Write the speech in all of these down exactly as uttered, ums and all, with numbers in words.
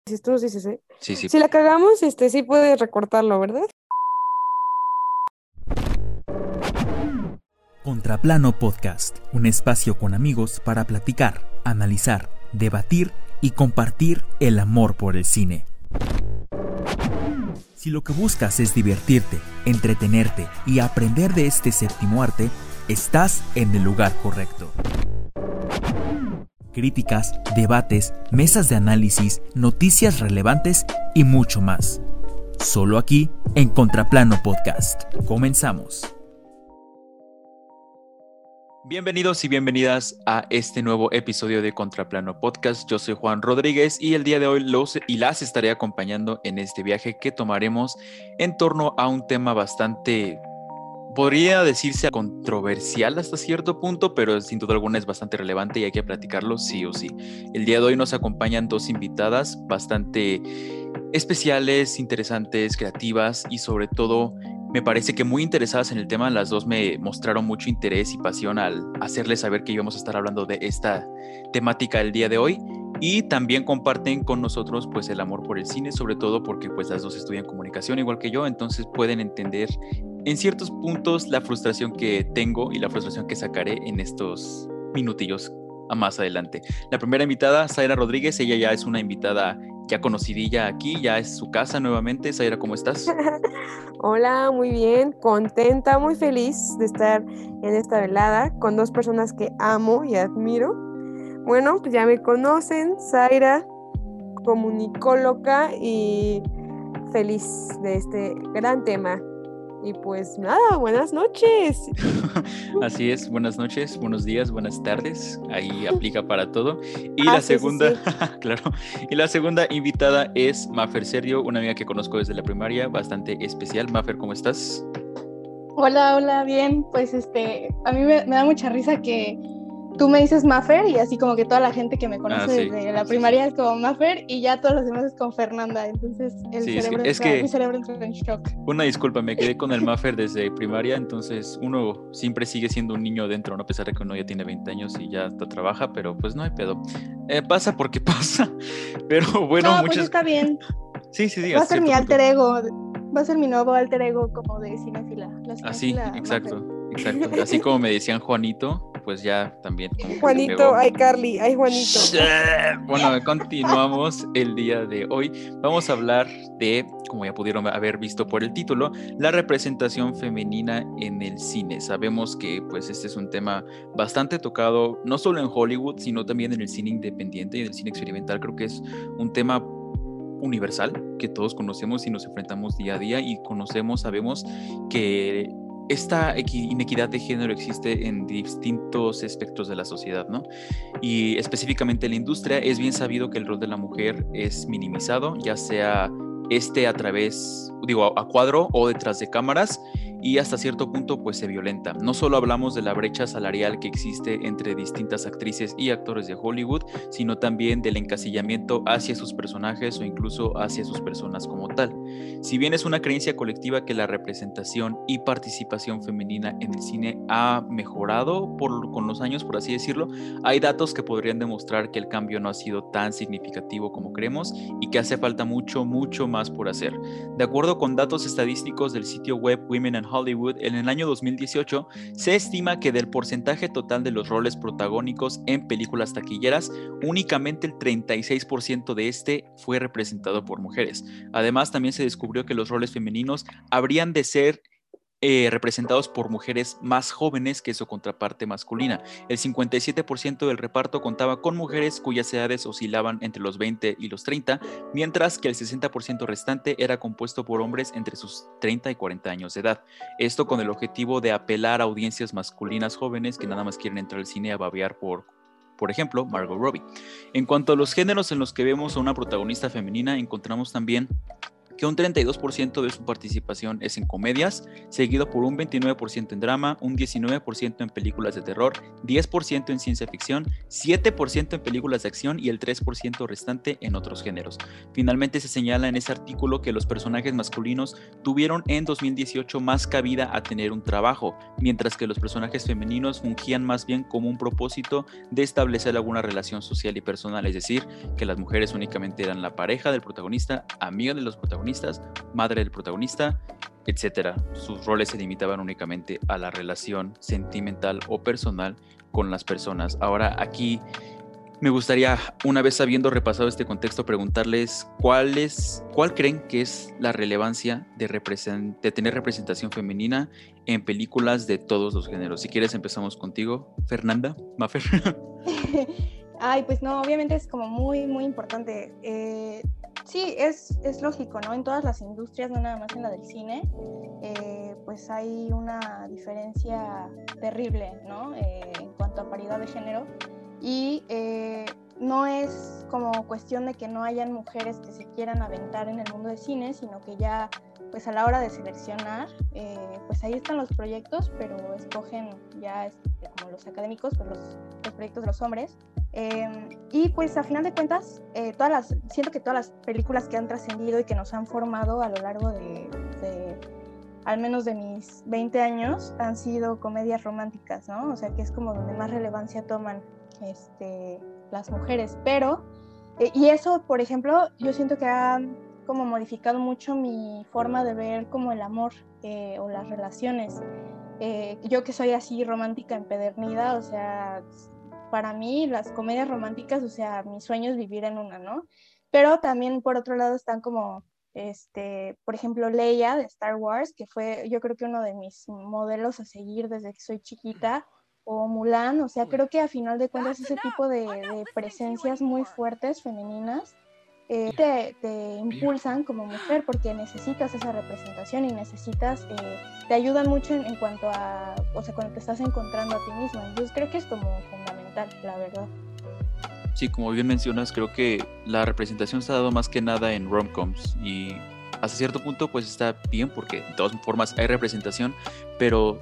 Si tú dices, ¿eh? Sí, sí. Si la cagamos, este sí puedes recortarlo, ¿verdad? Contraplano Podcast, un espacio con amigos para platicar, analizar, debatir y compartir el amor por el cine. Si lo que buscas es divertirte, entretenerte y aprender de este séptimo arte, estás en el lugar correcto. Críticas, debates, mesas de análisis, noticias relevantes y mucho más. Solo aquí en Contraplano Podcast. Comenzamos. Bienvenidos y bienvenidas a este nuevo episodio de Contraplano Podcast. Yo soy Juan Rodríguez y el día de hoy los y las estaré acompañando en este viaje que tomaremos en torno a un tema bastante, podría decirse controversial hasta cierto punto, pero sin duda alguna es bastante relevante y hay que platicarlo sí o sí. El día de hoy nos acompañan dos invitadas bastante especiales, interesantes, creativas y sobre todo me parece que muy interesadas en el tema. Las dos me mostraron mucho interés y pasión al hacerles saber que íbamos a estar hablando de esta temática el día de hoy. Y también comparten con nosotros pues el amor por el cine, sobre todo porque pues las dos estudian comunicación igual que yo, entonces pueden entender en ciertos puntos la frustración que tengo y la frustración que sacaré en estos minutillos a más adelante. La primera invitada, Zaira Rodríguez, ella ya es una invitada ya conocidilla aquí, ya es su casa nuevamente. Zaira, ¿cómo estás? Hola, muy bien, contenta, muy feliz de estar en esta velada con dos personas que amo y admiro. Bueno, pues ya me conocen, Zaira, comunicóloga y feliz de este gran tema. Y pues nada, buenas noches. Así es, buenas noches, buenos días, buenas tardes, ahí aplica para todo. Y Ah, la sí, sí, segunda, sí. claro, y la segunda invitada es Mafer Sergio, una amiga que conozco desde la primaria, bastante especial. Mafer, ¿cómo estás? Hola, hola, bien, pues este, a mí me, me da mucha risa que tú me dices Mafer y así como que toda la gente que me conoce Ah, sí, desde la sí, primaria sí. es como Mafer y ya todos los demás es con Fernanda, entonces el Sí, sí, cerebro es entra, mi que, cerebro entra en shock. una disculpa, me quedé con el Mafer desde primaria, entonces uno siempre sigue siendo un niño dentro, ¿no? A pesar de que uno ya tiene veinte años y ya hasta trabaja, pero pues no hay pedo. Eh, pasa porque pasa, pero bueno, No, pues muchas... está bien, Sí, sí, sí, va a hasta ser mi cierto punto. alter ego, va a ser mi nuevo alter ego como de cinéfila, la Así, cinéfila Mafer. exacto, exacto. Así como me decían Juanito, pues ya también como que se Juanito, pegó. ay Carly, ay Juanito. Bueno, continuamos el día de hoy. Vamos a hablar de, como ya pudieron haber visto por el título, la representación femenina en el cine. Sabemos que pues este es un tema bastante tocado, no solo en Hollywood, sino también en el cine independiente y en el cine experimental. Creo que es un tema universal que todos conocemos y nos enfrentamos día a día y conocemos, sabemos que esta inequidad de género existe en distintos espectros de la sociedad, ¿no? Y específicamente en la industria es bien sabido que el rol de la mujer es minimizado, ya sea este a través, digo, a cuadro o detrás de cámaras, y hasta cierto punto pues se violenta. No solo hablamos de la brecha salarial que existe entre distintas actrices y actores de Hollywood, sino también del encasillamiento hacia sus personajes o incluso hacia sus personas como tal. Si bien es una creencia colectiva que la representación y participación femenina en el cine ha mejorado por, con los años, por así decirlo, hay datos que podrían demostrar que el cambio no ha sido tan significativo como creemos y que hace falta mucho, mucho más por hacer. De acuerdo con datos estadísticos del sitio web Women in Hollywood, en el año dos mil dieciocho se estima que del porcentaje total de los roles protagónicos en películas taquilleras, únicamente el treinta y seis por ciento de este fue representado por mujeres. Además, también se descubrió que los roles femeninos habrían de ser Eh, representados por mujeres más jóvenes que su contraparte masculina. El cincuenta y siete por ciento del reparto contaba con mujeres cuyas edades oscilaban entre los veinte y los treinta, mientras que el sesenta por ciento restante era compuesto por hombres entre sus treinta y cuarenta años de edad. Esto con el objetivo de apelar a audiencias masculinas jóvenes que nada más quieren entrar al cine a babear por, por ejemplo, Margot Robbie. En cuanto a los géneros en los que vemos a una protagonista femenina, encontramos también que un treinta y dos por ciento de su participación es en comedias, seguido por un veintinueve por ciento en drama, un diecinueve por ciento en películas de terror, diez por ciento en ciencia ficción, siete por ciento en películas de acción y el tres por ciento restante en otros géneros. Finalmente se señala en ese artículo que los personajes masculinos tuvieron en dos mil dieciocho más cabida a tener un trabajo, mientras que los personajes femeninos fungían más bien como un propósito de establecer alguna relación social y personal, es decir, que las mujeres únicamente eran la pareja del protagonista, amiga de los protagonistas, madre del protagonista, etcétera. Sus roles se limitaban únicamente a la relación sentimental o personal con las personas. Ahora aquí me gustaría, una vez habiendo repasado este contexto, preguntarles cuál es, cuál creen que es la relevancia de, represent- de tener representación femenina en películas de todos los géneros. Si quieres empezamos contigo, Fernanda, Mafer. Ay, pues no, obviamente es como muy, muy importante. Eh, sí, es, es lógico, ¿no? En todas las industrias, no nada más en la del cine, eh, pues hay una diferencia terrible, ¿no? Eh, en cuanto a paridad de género. Y eh, no es como cuestión de que no hayan mujeres que se quieran aventar en el mundo del cine, sino que ya, pues a la hora de seleccionar, eh, pues ahí están los proyectos, pero escogen ya este, como los académicos, pues los, los proyectos de los hombres. Eh, y pues a final de cuentas, eh, todas las, siento que todas las películas que han trascendido y que nos han formado a lo largo de, de al menos de mis veinte años, han sido comedias románticas, ¿no? O sea, que es como donde más relevancia toman este, las mujeres. Pero, eh, y eso, por ejemplo, yo siento que ha como modificado mucho mi forma de ver como el amor eh, o las relaciones. Eh, yo que soy así romántica empedernida, o sea, para mí las comedias románticas, o sea, mi sueño es vivir en una, ¿no? Pero también por otro lado están como, este, por ejemplo, Leia de Star Wars, que fue yo creo que uno de mis modelos a seguir desde que soy chiquita, o Mulan, o sea, creo que a final de cuentas ese tipo de, de presencias muy fuertes femeninas eh, te, te impulsan como mujer porque necesitas esa representación y necesitas, eh, te ayudan mucho en, en cuanto a, o sea, cuando te estás encontrando a ti misma. Entonces creo que es como fundamental, la verdad. Sí, como bien mencionas, creo que la representación se ha dado más que nada en rom-coms y hasta cierto punto pues está bien porque de todas formas hay representación, pero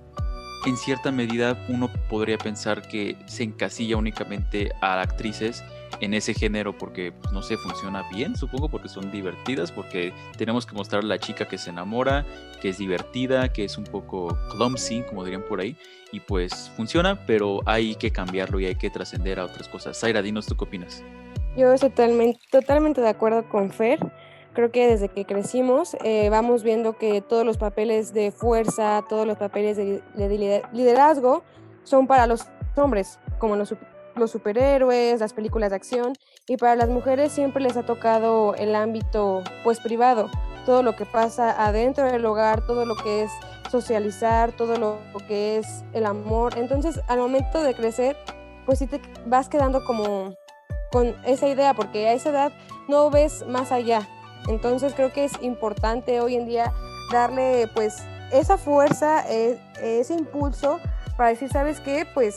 en cierta medida uno podría pensar que se encasilla únicamente a actrices en ese género porque, pues, no sé, funciona bien, supongo, porque son divertidas, porque tenemos que mostrar a la chica que se enamora, que es divertida, que es un poco clumsy, como dirían por ahí, y pues funciona, pero hay que cambiarlo y hay que trascender a otras cosas. Zaira, dinos tú qué opinas. Yo estoy totalmente, totalmente de acuerdo con Fer. Creo que desde que crecimos eh, vamos viendo que todos los papeles de fuerza, todos los papeles de, de liderazgo son para los hombres, como los, los superhéroes, las películas de acción, y para las mujeres siempre les ha tocado el ámbito pues privado, todo lo que pasa adentro del hogar, todo lo que es socializar, todo lo que es el amor. Entonces al momento de crecer pues sí te vas quedando como con esa idea, porque a esa edad no ves más allá. Entonces creo que es importante hoy en día darle pues esa fuerza, eh, ese impulso para decir, ¿sabes qué? Pues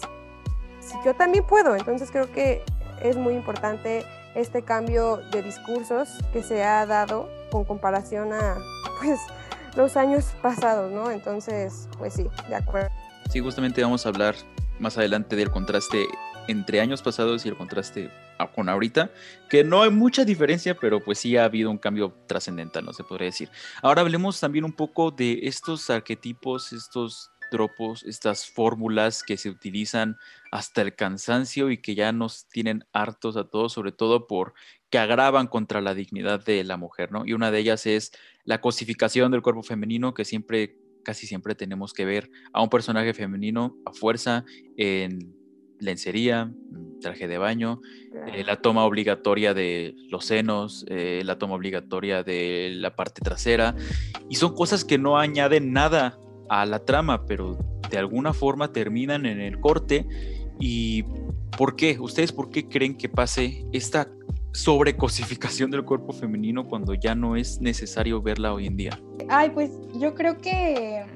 si yo también puedo. Entonces creo que es muy importante este cambio de discursos que se ha dado con comparación a pues los años pasados, ¿no? Entonces, pues sí, de acuerdo. Sí, justamente vamos a hablar más adelante del contraste entre años pasados y el contraste con ahorita, que no hay mucha diferencia, pero pues sí ha habido un cambio trascendental, no se podría decir. Ahora hablemos también un poco de estos arquetipos, estos tropos, estas fórmulas que se utilizan hasta el cansancio y que ya nos tienen hartos a todos, sobre todo por que agravan contra la dignidad de la mujer, ¿no? Y una de ellas es la cosificación del cuerpo femenino, que siempre, casi siempre tenemos que ver a un personaje femenino a fuerza en lencería, traje de baño, eh, la toma obligatoria de los senos, eh, la toma obligatoria de la parte trasera, y son cosas que no añaden nada a la trama, pero de alguna forma terminan en el corte. ¿Y por qué? ¿Ustedes por qué creen que pase esta sobrecosificación del cuerpo femenino cuando ya no es necesario verla hoy en día? Ay, pues yo creo que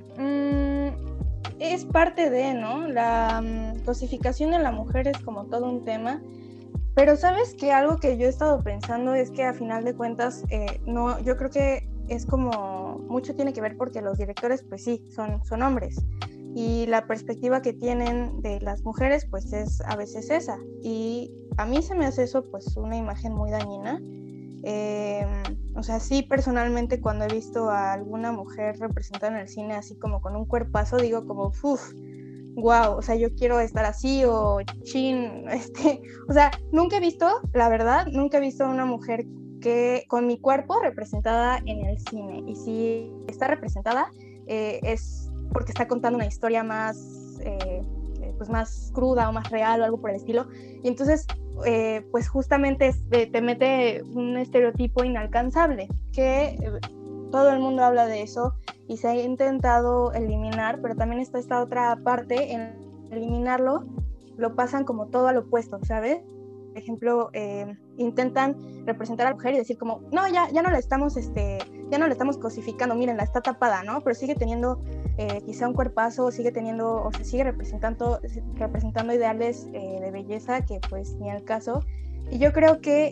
mmm, es parte de, ¿no? La um, cosificación de la mujer es como todo un tema, pero ¿sabes qué? Algo que yo he estado pensando es que a final de cuentas, eh, no, yo creo que es como, mucho tiene que ver porque los directores, pues sí, son, son hombres. Y la perspectiva que tienen de las mujeres, pues es a veces esa. Y a mí se me hace eso, pues, una imagen muy dañina. Eh, o sea, sí, personalmente, cuando he visto a alguna mujer representada en el cine así como con un cuerpazo, digo como, uff, wow, o sea, yo quiero estar así, o chin, este, o sea, nunca he visto, la verdad, nunca he visto a una mujer que con mi cuerpo representada en el cine. Y si está representada, eh, es porque está contando una historia más, eh, pues más cruda o más real o algo por el estilo. Y entonces, eh, pues justamente eh, te mete un estereotipo inalcanzable, que eh, todo el mundo habla de eso y se ha intentado eliminar, pero también está esta otra parte, en eliminarlo, lo pasan como todo al opuesto, ¿sabes? Por ejemplo, eh, intentan representar a la mujer y decir como, no, ya, ya no la estamos, este, ya no la estamos cosificando, miren, la está tapada, ¿no? Pero sigue teniendo eh, quizá un cuerpazo, sigue teniendo, o se sigue representando, representando ideales eh, de belleza que pues ni al caso. Y yo creo que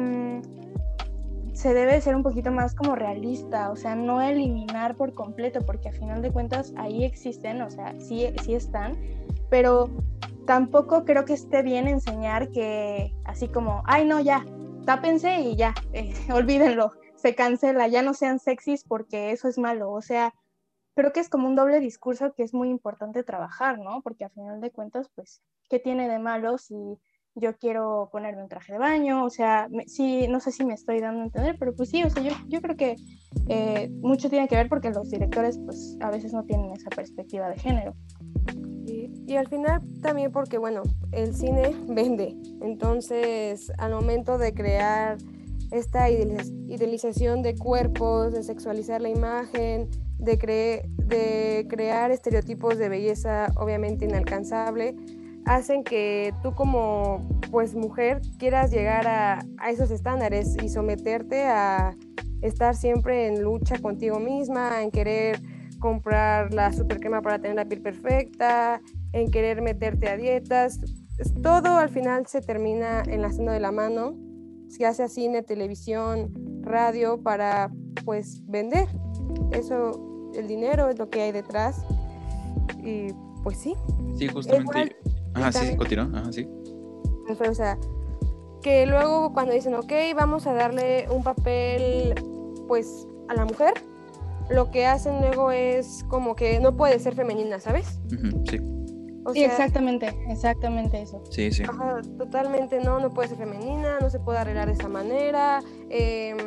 mmm, se debe ser un poquito más como realista, o sea, no eliminar por completo, porque a final de cuentas ahí existen, o sea, sí, sí están, pero tampoco creo que esté bien enseñar que así como, ay no, ya, tápense y ya, eh, olvídenlo, se cancela, ya no sean sexys porque eso es malo. O sea, creo que es como un doble discurso que es muy importante trabajar, ¿no? Porque a final de cuentas, pues, ¿qué tiene de malo si yo quiero ponerme un traje de baño? O sea, me, sí, no sé si me estoy dando a entender, pero pues sí, o sea, yo, yo creo que eh, mucho tiene que ver porque los directores, pues, a veces no tienen esa perspectiva de género. Y, y al final también porque, bueno, el cine vende, entonces al momento de crear esta idealización de cuerpos, de sexualizar la imagen, de, cre- de crear estereotipos de belleza obviamente inalcanzable, hacen que tú como pues mujer quieras llegar a, a esos estándares y someterte a estar siempre en lucha contigo misma, en querer comprar la super crema para tener la piel perfecta, en querer meterte a dietas. Todo al final se termina enlazando de la mano, ya sea cine, televisión, radio, para pues vender. Eso, el dinero es lo que hay detrás. Y pues sí. Sí, justamente. Igual, Ajá, sí, sí, también, continúa. Ajá, sí. o sea, que luego cuando dicen, ok, vamos a darle un papel pues a la mujer, lo que hacen luego es como que no puede ser femenina, ¿sabes? Uh-huh, sí. O sí, sea, exactamente, exactamente eso. Sí, sí. Ajá, totalmente no, no puede ser femenina, no se puede arreglar de esa manera. Eh,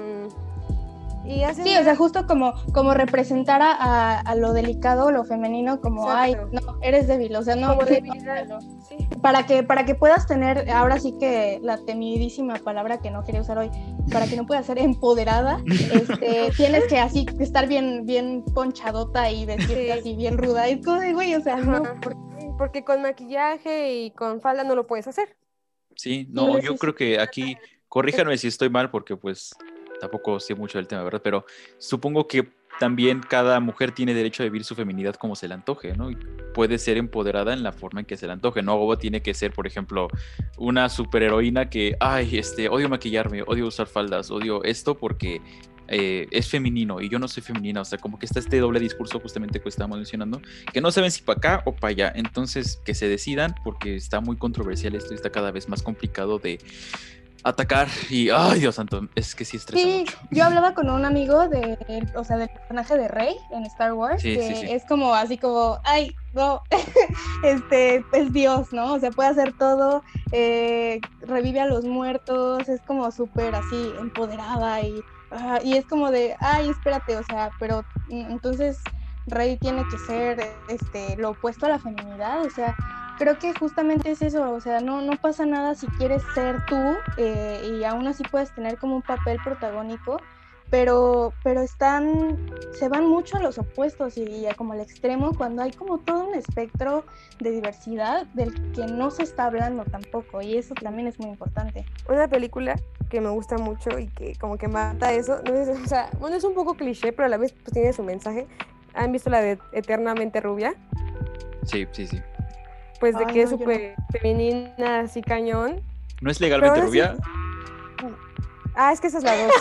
y hacen sí, o sea, justo como, como representar a, a lo delicado, lo femenino, como, exacto. ay, no, eres débil, o sea, no, como no, debilidad, no, sí. Para que, para que puedas tener, ahora sí que la temidísima palabra que no quería usar hoy, para que no puedas ser empoderada, este, tienes que así estar bien, bien ponchadota y vestirte Sí. así bien ruda. Es como de, güey, o sea, Ajá, no. porque con maquillaje y con falda no lo puedes hacer. Sí, no, Sí, yo sí, creo sí. que aquí, corríjanme si estoy mal, porque pues tampoco sé mucho del tema, ¿verdad? Pero supongo que también cada mujer tiene derecho a vivir su feminidad como se le antoje, ¿no? Y puede ser empoderada en la forma en que se le antoje, no o tiene que ser, por ejemplo, una superheroína que, ay, este, odio maquillarme, odio usar faldas, odio esto porque eh, es femenino y yo no soy femenina, o sea, como que está este doble discurso justamente que estábamos mencionando, que no saben si para acá o para allá, entonces que se decidan porque está muy controversial esto y está cada vez más complicado de atacar y, ay, Dios santo, es que sí estresa Sí, mucho. yo hablaba con un amigo de, o sea, del personaje de Rey en Star Wars, Sí, que sí, sí. es como así como, ay, no, este, es Dios, ¿no? O sea, puede hacer todo, eh, revive a los muertos, es como súper así empoderada y, uh, y es como de, ay, espérate, o sea, pero entonces Rey tiene que ser, este, lo opuesto a la feminidad, o sea, creo que justamente es eso, o sea, no, no pasa nada si quieres ser tú eh, y aún así puedes tener como un papel protagónico, pero, pero están, se van mucho a los opuestos y, y como al extremo cuando hay como todo un espectro de diversidad del que no se está hablando tampoco, y eso también es muy importante. Una película que me gusta mucho y que como que mata eso, no es, o sea, bueno, es un poco cliché, pero a la vez pues tiene su mensaje. ¿Han visto la de Eternamente Rubia? Sí, sí, sí. Pues de Ay, que no, es yo súper femenina, así cañón. ¿No es legalmente Pero ahora sí- rubia? Ah, es que esa es la dos.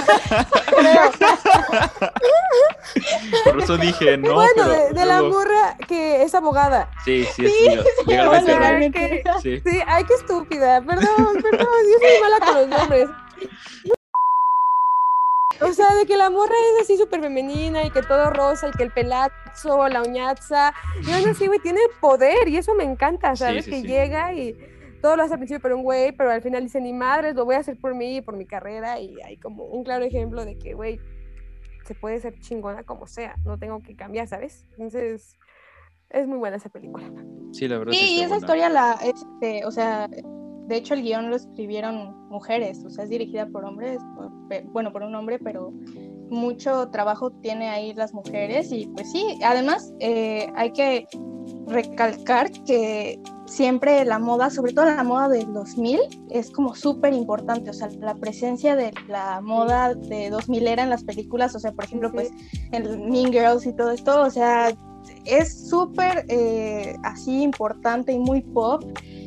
Por eso dije, no, bueno, pero de, de la luego... morra que es abogada. Sí, sí, es Sí, legal- sí, legalmente bueno, right. Que- Sí. Sí, ay, qué estúpida. Perdón, perdón, yo soy mala con los nombres. O sea, de que la morra es así súper femenina y que todo rosa y que el pelazo, la uñaza. Y aún así, güey, tiene poder y eso me encanta, Sí, ¿sabes? sí, que sí. llega y todo lo hace al principio por un güey, pero al final dice, ni madres, lo voy a hacer por mí y por mi carrera. Y hay como un claro ejemplo de que, güey, se puede ser chingona como sea, no tengo que cambiar, ¿sabes? Entonces, es muy buena esa película. Sí, la verdad Sí, sí y está esa buena. historia la, es, este, o sea, de hecho el guión lo escribieron mujeres, o sea, es dirigida por hombres, por- pe- bueno, por un hombre, pero mucho trabajo tiene ahí las mujeres y pues sí, además eh, hay que recalcar que siempre la moda, sobre todo la moda del dos mil, es como súper importante, o sea, la presencia de la moda de dos mil era en las películas, o sea, por ejemplo, Sí, pues sí. en Mean Girls y todo esto, o sea, es súper eh, así importante y muy pop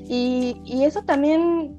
y, y eso también,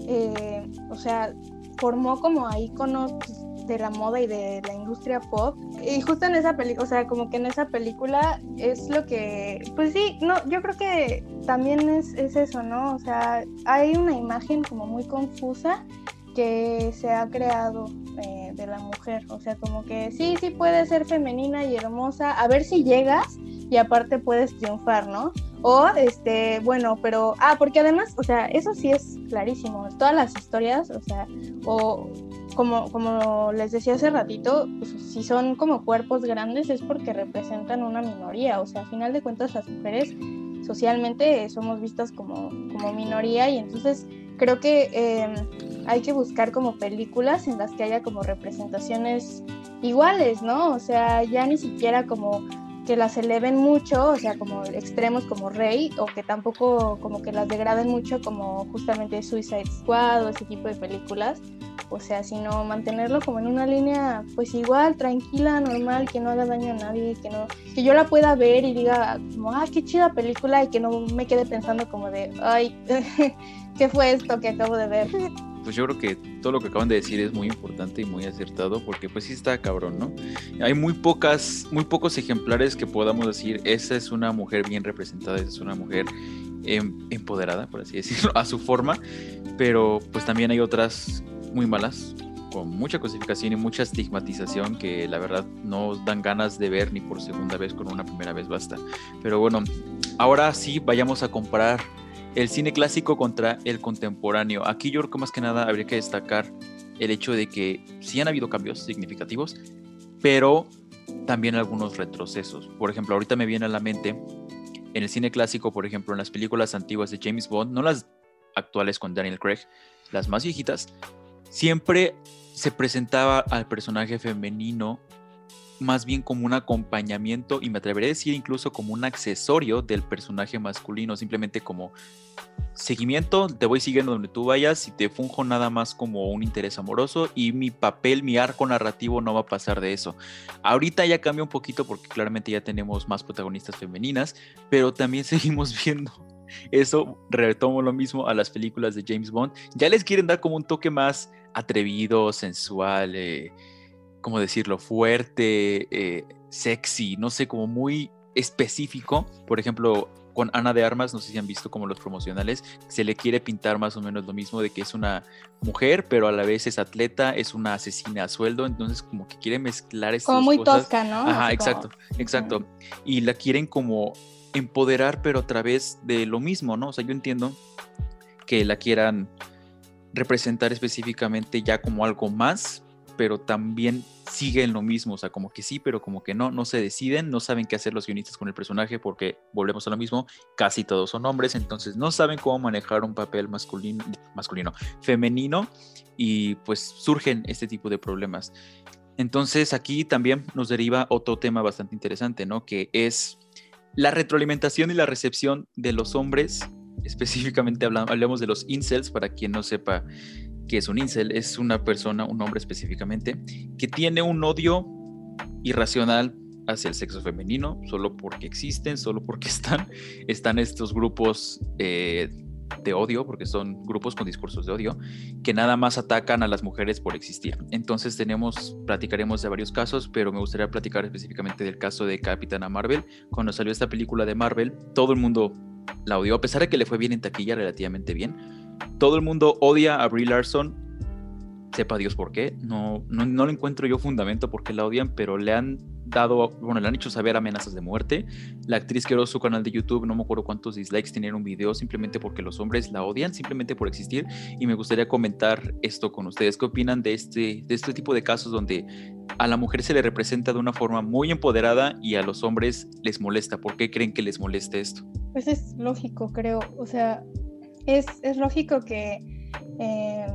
eh, o sea, formó como a íconos de la moda y de la industria pop y justo en esa película, o sea, como que en esa película es lo que, pues sí, no, yo creo que también es, es eso, ¿no? O sea, hay una imagen como muy confusa que se ha creado eh, de la mujer, o sea, como que sí, sí puede ser femenina y hermosa, a ver si llegas y aparte puedes triunfar, ¿no? O, este, bueno, pero, ah, porque además, o sea, eso sí es clarísimo, todas las historias, o sea, o como, como les decía hace ratito, pues si son como cuerpos grandes es porque representan una minoría, o sea, a final de cuentas las mujeres socialmente somos vistas como, como minoría y entonces creo que eh, hay que buscar como películas en las que haya como representaciones iguales, ¿no? O sea, ya ni siquiera como que las eleven mucho, o sea, como extremos como Rey, o que tampoco como que las degraden mucho como justamente Suicide Squad o ese tipo de películas, o sea, sino mantenerlo como en una línea pues igual, tranquila, normal, que no haga daño a nadie, que no, que yo la pueda ver y diga como, ah, qué chida película y que no me quede pensando como de, ay, ¿qué fue esto que acabo de ver? Pues yo creo que todo lo que acaban de decir es muy importante y muy acertado porque pues sí está cabrón, ¿no? Hay muy pocas, muy pocos ejemplares que podamos decir, esa es una mujer bien representada, esa es una mujer em, empoderada, por así decirlo, a su forma, pero pues también hay otras muy malas, con mucha cosificación y mucha estigmatización que la verdad no dan ganas de ver ni por segunda vez, con una primera vez basta. Pero bueno, ahora sí vayamos a comparar el cine clásico contra el contemporáneo. Aquí yo creo que más que nada habría que destacar el hecho de que sí han habido cambios significativos, pero también algunos retrocesos. Por ejemplo, ahorita me viene a la mente en el cine clásico, por ejemplo, en las películas antiguas de James Bond, no las actuales con Daniel Craig, las más viejitas, siempre se presentaba al personaje femenino más bien como un acompañamiento y me atreveré a decir incluso como un accesorio del personaje masculino, simplemente como seguimiento, te voy siguiendo donde tú vayas y te funjo nada más como un interés amoroso y mi papel, mi arco narrativo no va a pasar de eso. Ahorita ya cambia un poquito porque claramente ya tenemos más protagonistas femeninas, pero también seguimos viendo eso, retomo lo mismo a las películas de James Bond, ya les quieren dar como un toque más atrevido, sensual, eh, ¿cómo decirlo? Fuerte, eh, sexy, no sé, como muy específico. Por ejemplo, con Ana de Armas, no sé si han visto como los promocionales, se le quiere pintar más o menos lo mismo de que es una mujer, pero a la vez es atleta, es una asesina a sueldo, entonces como que quiere mezclar estas como dos muy cosas. tosca, ¿no? Ajá, Así exacto, como... exacto. Uh-huh. Y la quieren como empoderar, pero a través de lo mismo, ¿no? O sea, yo entiendo que la quieran representar específicamente ya como algo más, pero también siguen lo mismo, o sea, como que sí, pero como que no, no se deciden, no saben qué hacer los guionistas con el personaje porque, volvemos a lo mismo, casi todos son hombres, entonces no saben cómo manejar un papel masculino, masculino, femenino, y pues surgen este tipo de problemas. Entonces aquí también nos deriva otro tema bastante interesante, ¿no? Que es la retroalimentación y la recepción de los hombres, específicamente hablamos, hablamos de los incels, para quien no sepa que es un incel, es una persona, un hombre específicamente, que tiene un odio irracional hacia el sexo femenino, solo porque existen, solo porque están, están estos grupos eh, de odio, porque son grupos con discursos de odio, que nada más atacan a las mujeres por existir. Entonces tenemos, platicaremos de varios casos, pero me gustaría platicar específicamente del caso de Capitana Marvel. Cuando salió esta película de Marvel, todo el mundo la odió, a pesar de que le fue bien en taquilla, relativamente bien. Todo el mundo odia a Brie Larson, sepa Dios por qué, no, no, no le encuentro yo fundamento por qué la odian, pero le han dado, bueno, le han hecho saber amenazas de muerte. La actriz creó su canal de YouTube, no me acuerdo cuántos dislikes tenía en un video, simplemente porque los hombres la odian, simplemente por existir, y me gustaría comentar esto con ustedes. ¿Qué opinan de este, de este tipo de casos donde a la mujer se le representa de una forma muy empoderada y a los hombres les molesta? ¿Por qué creen que les moleste esto? Pues es lógico, creo, o sea, es, es lógico que eh,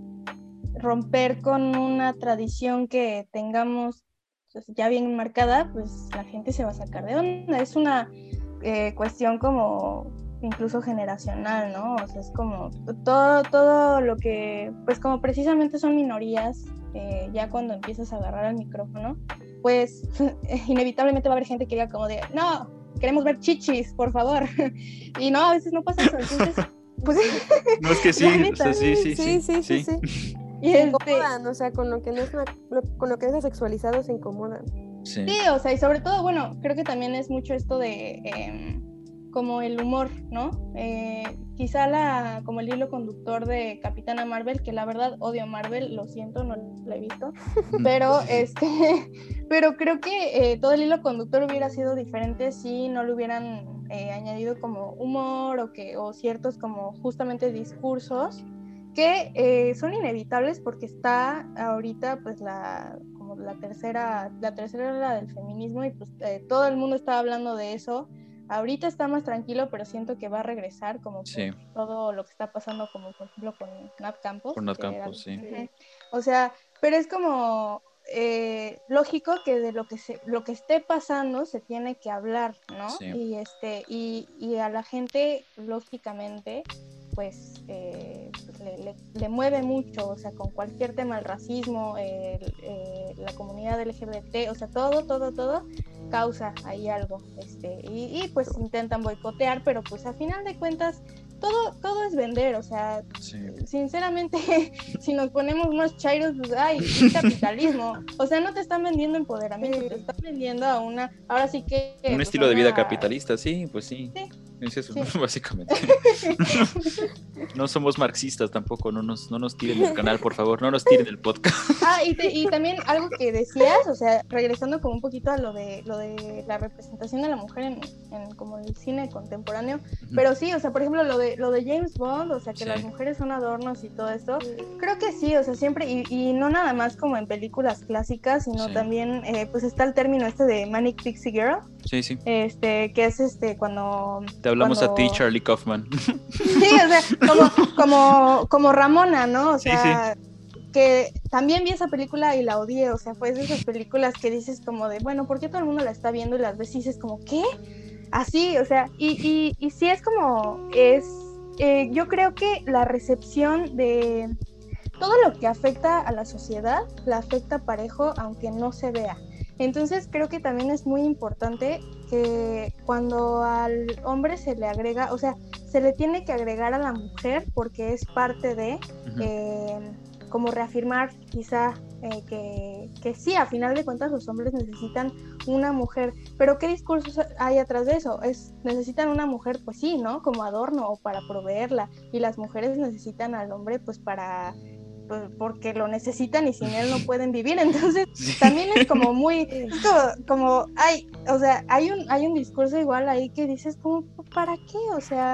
romper con una tradición que tengamos pues, ya bien marcada, pues la gente se va a sacar de onda. Es una eh, cuestión como incluso generacional, ¿no? O sea, es como todo, todo lo que, pues como precisamente son minorías, eh, ya cuando empiezas a agarrar el micrófono, pues inevitablemente va a haber gente que diga como de, no, queremos ver chichis, por favor. Y no, a veces no pasa eso, entonces, pues... No, es que sí, o sea, sí, sí, sí, sí, sí, sí, sí. sí. Y Se este, incomodan, o sea, con lo que no es una, lo- con lo que no es sexualizado se incomodan. Sí. sí, o sea, y sobre todo, bueno, creo que también es mucho esto de eh, como el humor, ¿no? Eh, quizá la, como el hilo conductor de Capitana Marvel, que la verdad odio a Marvel, lo siento, no la he visto, pero este, pero creo que eh, todo el hilo conductor hubiera sido diferente si no le hubieran eh, añadido como humor o que, o ciertos como justamente discursos que eh, son inevitables porque está ahorita pues la como la tercera la tercera era del feminismo y pues eh, todo el mundo está hablando de eso. Ahorita está más tranquilo, pero siento que va a regresar como por Sí. todo lo que está pasando, como por ejemplo con Nat Campos. Con Nat que era- Campos, sí. Ujú. O sea, pero es como eh, lógico que de lo que se, lo que esté pasando se tiene que hablar, ¿no? Sí. Y este y, y a la gente lógicamente pues eh, le, le, le mueve mucho, o sea, con cualquier tema, el racismo, el, eh, la comunidad L G B T, o sea, todo, todo, todo causa ahí algo, este, y, y pues intentan boicotear, pero pues a final de cuentas todo, todo es vender, o sea, Sí. sinceramente, si nos ponemos más chairos, pues, ay, es capitalismo, o sea, no te están vendiendo empoderamiento, te están vendiendo a una, ahora sí que... Un pues, estilo de vida una- capitalista, sí, pues sí. Sí. Es eso, Sí. básicamente. No somos marxistas tampoco, no nos, no nos tiren del canal, por favor, no nos tiren del podcast. Ah, y, te- y también algo que decías, o sea, regresando como un poquito a lo de lo de la representación de la mujer en, en como el cine contemporáneo, pero sí, o sea, por ejemplo, lo de lo de James Bond, o sea, que Sí. las mujeres son adornos y todo esto, creo que sí, o sea, siempre, y, y no nada más como en películas clásicas, sino Sí. también, eh, pues está el término este de Manic Pixie Girl, Sí, sí. este, que es este, cuando... Te hablamos cuando... a ti, Charlie Kaufman. Sí, o sea, como, como, como Ramona, ¿no? O Sí, sea, que también vi esa película y la odié, o sea, fue de esas películas que dices como de, bueno, ¿por qué todo el mundo la está viendo? Y las ves y dices como, ¿qué? Así, o sea, y, y, y sí es como, es, eh, yo creo que la recepción de todo lo que afecta a la sociedad, la afecta parejo, aunque no se vea. Entonces creo que también es muy importante que cuando al hombre se le agrega, o sea, se le tiene que agregar a la mujer porque es parte de, Ujú. eh, como reafirmar quizá eh, que, que sí, a final de cuentas los hombres necesitan una mujer, pero ¿qué discursos hay atrás de eso? Es, necesitan una mujer, pues sí, ¿no? Como adorno o para proveerla, y las mujeres necesitan al hombre pues para... pues, porque lo necesitan y sin él no pueden vivir, entonces Sí. también es como muy, es como, como hay, o sea, hay un, hay un discurso igual ahí que dices como, ¿para qué? O sea,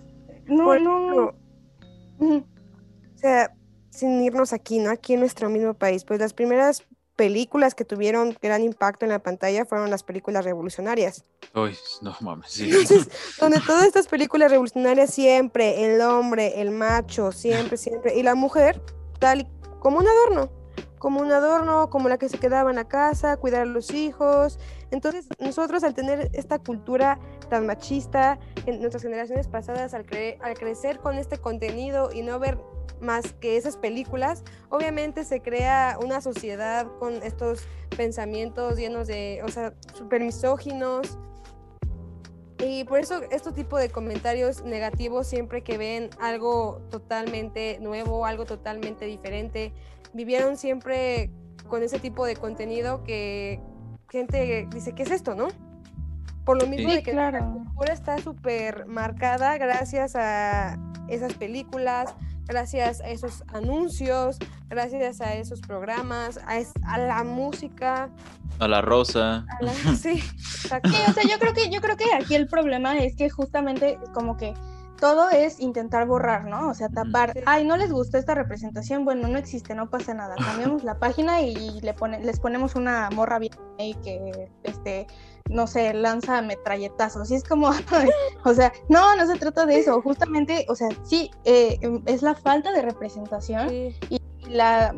no, Por no, ejemplo, Ujú. o sea, sin irnos aquí, ¿no? Aquí en nuestro mismo país, pues las primeras películas que tuvieron gran impacto en la pantalla fueron las películas revolucionarias. Uy, no mames, sí. Entonces, donde todas estas películas revolucionarias siempre, el hombre, el macho, siempre, siempre, y la mujer, tal y como un adorno, como un adorno, como la que se quedaba en la casa, cuidar a los hijos. Entonces, nosotros al tener esta cultura tan machista, en nuestras generaciones pasadas, al, cre- al crecer con este contenido y no ver más que esas películas, obviamente se crea una sociedad con estos pensamientos llenos de, o sea, súper misóginos. Y por eso este tipo de comentarios negativos, siempre que ven algo totalmente nuevo, algo totalmente diferente, vivieron siempre con ese tipo de contenido que gente dice, ¿qué es esto, no? Por lo mismo Sí, de que claro. la cultura está súper marcada gracias a esas películas, gracias a esos anuncios, gracias a esos programas, a, es, a la música. A la rosa. A la, sí, exacto. Sí, o sea, yo creo que yo creo que aquí el problema es que justamente como que todo es intentar borrar, ¿no? O sea, tapar. Sí. Ay, no les gustó esta representación, bueno, no existe, no pasa nada. Cambiamos la página y le pone, les ponemos una morra bien ahí que, este, no sé, lanza metralletazos. Y es como, o sea, no, no se trata de eso. Justamente, o sea, sí, eh, es la falta de representación Sí. y la,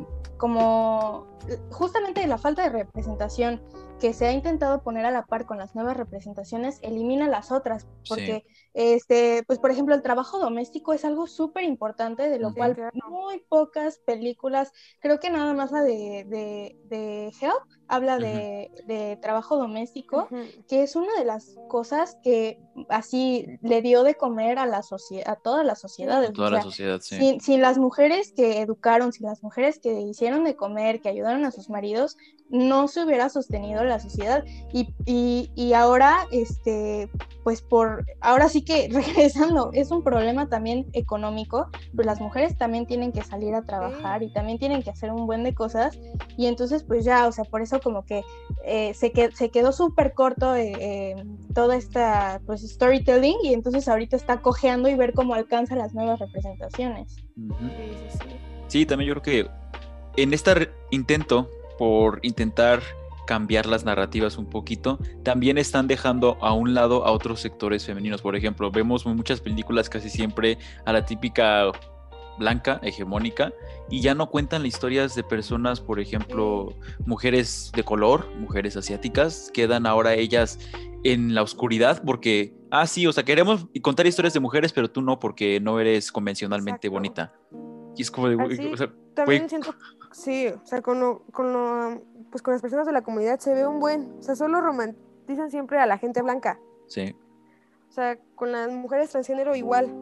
como, justamente la falta de representación que se ha intentado poner a la par con las nuevas representaciones elimina las otras, porque sí. este, pues por ejemplo el trabajo doméstico es algo súper importante, de lo sí, cual claro. muy pocas películas, creo que nada más la de, de, de Help habla uh-huh. de, de trabajo doméstico, uh-huh. que es una de las cosas que así le dio de comer a la sociedad, a toda la sociedad. A toda o sea, la sociedad, sí. Sin, sin las mujeres que educaron, sin las mujeres que hicieron de comer, que ayudaron a sus maridos, no se hubiera sostenido la sociedad. Y, y, y ahora, este, pues por, ahora sí que regresando, es un problema también económico, pues las mujeres también tienen que salir a trabajar y también tienen que hacer un buen de cosas, y entonces pues ya, o sea, por eso como que eh, se, que, se quedó súper corto eh, eh, toda esta pues storytelling, y entonces ahorita está cojeando y ver cómo alcanza las nuevas representaciones. Uh-huh. Sí, sí, sí. Sí, también yo creo que en este re- intento por intentar cambiar las narrativas un poquito, también están dejando a un lado a otros sectores femeninos. Por ejemplo, vemos en muchas películas casi siempre a la típica blanca, hegemónica, y ya no cuentan las historias de personas, por ejemplo, mujeres de color, mujeres asiáticas, quedan ahora ellas en la oscuridad porque, ah, sí, o sea, queremos contar historias de mujeres, pero tú no, porque no eres convencionalmente Exacto. bonita. Y es como de, Así, o sea, también güey. siento, sí, o sea, con lo, con lo, pues con las personas de la comunidad se ve un buen, o sea, solo romantizan siempre a la gente blanca. Sí. O sea, con las mujeres transgénero igual.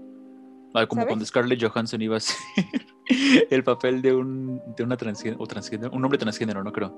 Ah, como ¿sabes? cuando Scarlett Johansson iba a ser el papel de un de una transgénero, o transgénero, un hombre transgénero, no creo.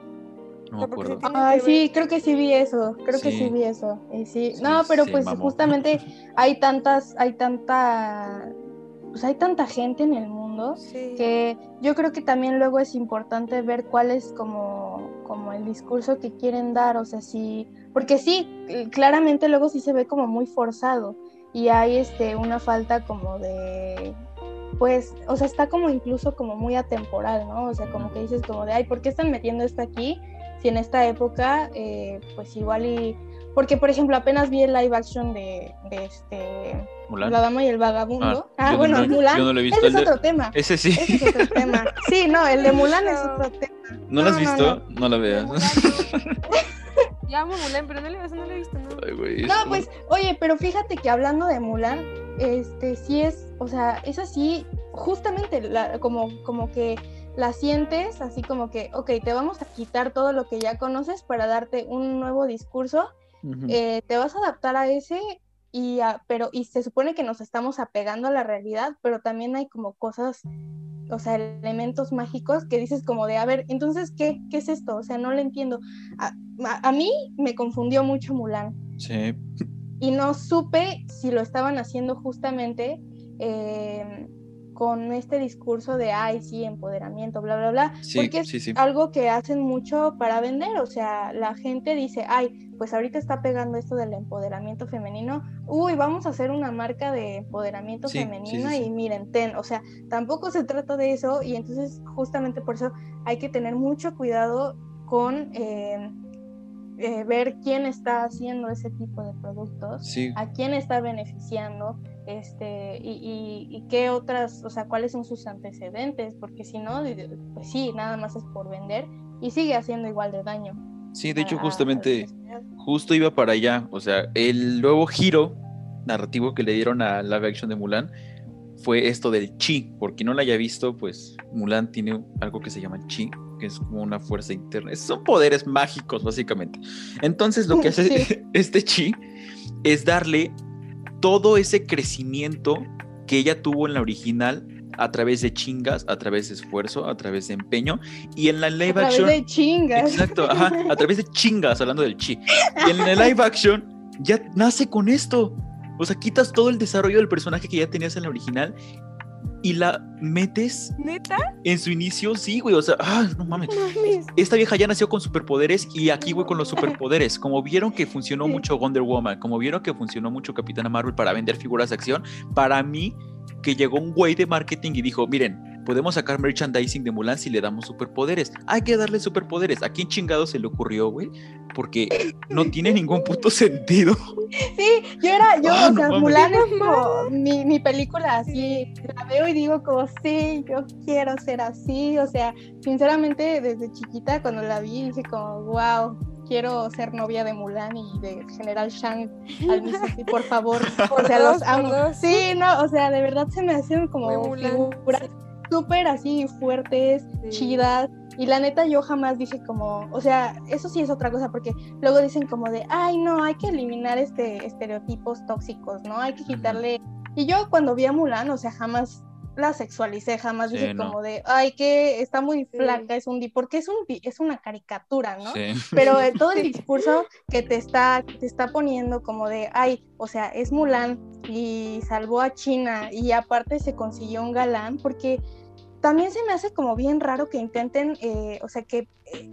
No me acuerdo. Ah, sí, creo que sí vi eso, creo sí. que sí vi eso. Y sí. Sí, no, pero pues mamó. Justamente hay tantas, hay tanta, pues hay tanta gente en el mundo sí. que yo creo que también luego es importante ver cuál es como, como el discurso que quieren dar, o sea, sí, porque sí, claramente luego sí se ve como muy forzado y hay este una falta como de, pues, o sea, está como incluso como muy atemporal, ¿no? O sea, como que dices como de, ay, ¿por qué están metiendo esto aquí? Si en esta época, eh, pues igual y... Porque, por ejemplo, apenas vi el live action de, de este... ¿Mulan? La dama y el vagabundo. Ah, ah bueno, no, Mulan. Yo no lo he visto. Ese es de... otro tema. Ese sí. Ese es otro tema. Sí, no, el de Mulan es otro tema. ¿No, no lo has visto? No, no. no la veas. Ya amo Mulan, pero no le, no le he visto, ¿no? Ay, güey, no, pues, oye, pero fíjate que hablando de Mulan, este, sí es, o sea, es así, justamente, la, como, como que la sientes así como que, ok, te vamos a quitar todo lo que ya conoces para darte un nuevo discurso, uh-huh. eh, te vas a adaptar a ese, y a, pero, y se supone que nos estamos apegando a la realidad, pero también hay como cosas, o sea, elementos mágicos que dices como de, a ver, entonces, ¿qué, qué es esto? O sea, no lo entiendo. A, a, a mí me confundió mucho Mulan. Sí. Y no supe si lo estaban haciendo justamente eh, con este discurso de, ay, sí, empoderamiento, bla, bla, bla, sí, porque es sí, sí. algo que hacen mucho para vender, o sea, la gente dice, ay, pues ahorita está pegando esto del empoderamiento femenino, uy, vamos a hacer una marca de empoderamiento sí, femenino sí, sí, y sí. miren, ten, o sea, tampoco se trata de eso, y entonces justamente por eso hay que tener mucho cuidado con... Eh, Eh, ver quién está haciendo ese tipo de productos, sí. a quién está beneficiando, este, y, y, y qué otras, o sea, cuáles son sus antecedentes, porque si no, pues sí, nada más es por vender y sigue haciendo igual de daño. Sí, de hecho, justamente, justo iba para allá, o sea, el nuevo giro narrativo que le dieron a live action de Mulan fue esto del chi. Por quien no la haya visto, pues Mulan tiene algo que se llama chi, que es como una fuerza interna, son poderes mágicos básicamente. Entonces lo que hace sí. este chi es darle todo ese crecimiento que ella tuvo en la original a través de chingas, a través de esfuerzo, a través de empeño, y en la live a action... A través de chingas. Exacto, ajá, a través de chingas, hablando del chi. Y en la live action ya nace con esto. O sea, quitas todo el desarrollo del personaje que ya tenías en la original y la metes... ¿Neta? En su inicio, sí, güey, o sea, ah, no mames. No mames. Esta vieja ya nació con superpoderes y aquí, güey, con los superpoderes. Como vieron que funcionó mucho Wonder Woman, como vieron que funcionó mucho Capitana Marvel para vender figuras de acción, para mí, que llegó un güey de marketing y dijo, miren, podemos sacar merchandising de Mulan si le damos superpoderes. Hay que darle superpoderes. ¿A quién chingado se le ocurrió, güey? Porque no tiene ningún puto sentido. Sí, yo era, yo, Ah, o no sea, mames. Mulan es como mi, mi película así, la veo y digo como, sí, yo quiero ser así, o sea, sinceramente desde chiquita cuando la vi dije como, wow, quiero ser novia de Mulan y de General Shang al mismo tiempo, por favor, o sea, dos, los amo. por dos. Sí, no, o sea, de verdad se me hacen Muy como Mulan, figuras sí. súper así fuertes, Sí. chidas. Y la neta yo jamás dije como, o sea, eso sí es otra cosa, porque luego dicen como de, ay no, hay que eliminar este estereotipos tóxicos, ¿no? Hay que quitarle... Y yo cuando vi a Mulan, o sea, jamás la sexualicé, jamás Sí, dije no. como de, ay, que está muy Sí. flaca, es un di, porque es un di- es una caricatura, ¿no? Sí. Pero eh, todo el discurso que te está, que te está poniendo como de, ay, o sea, es Mulan y salvó a China y aparte se consiguió un galán, porque también se me hace como bien raro que intenten, eh, o sea, que eh,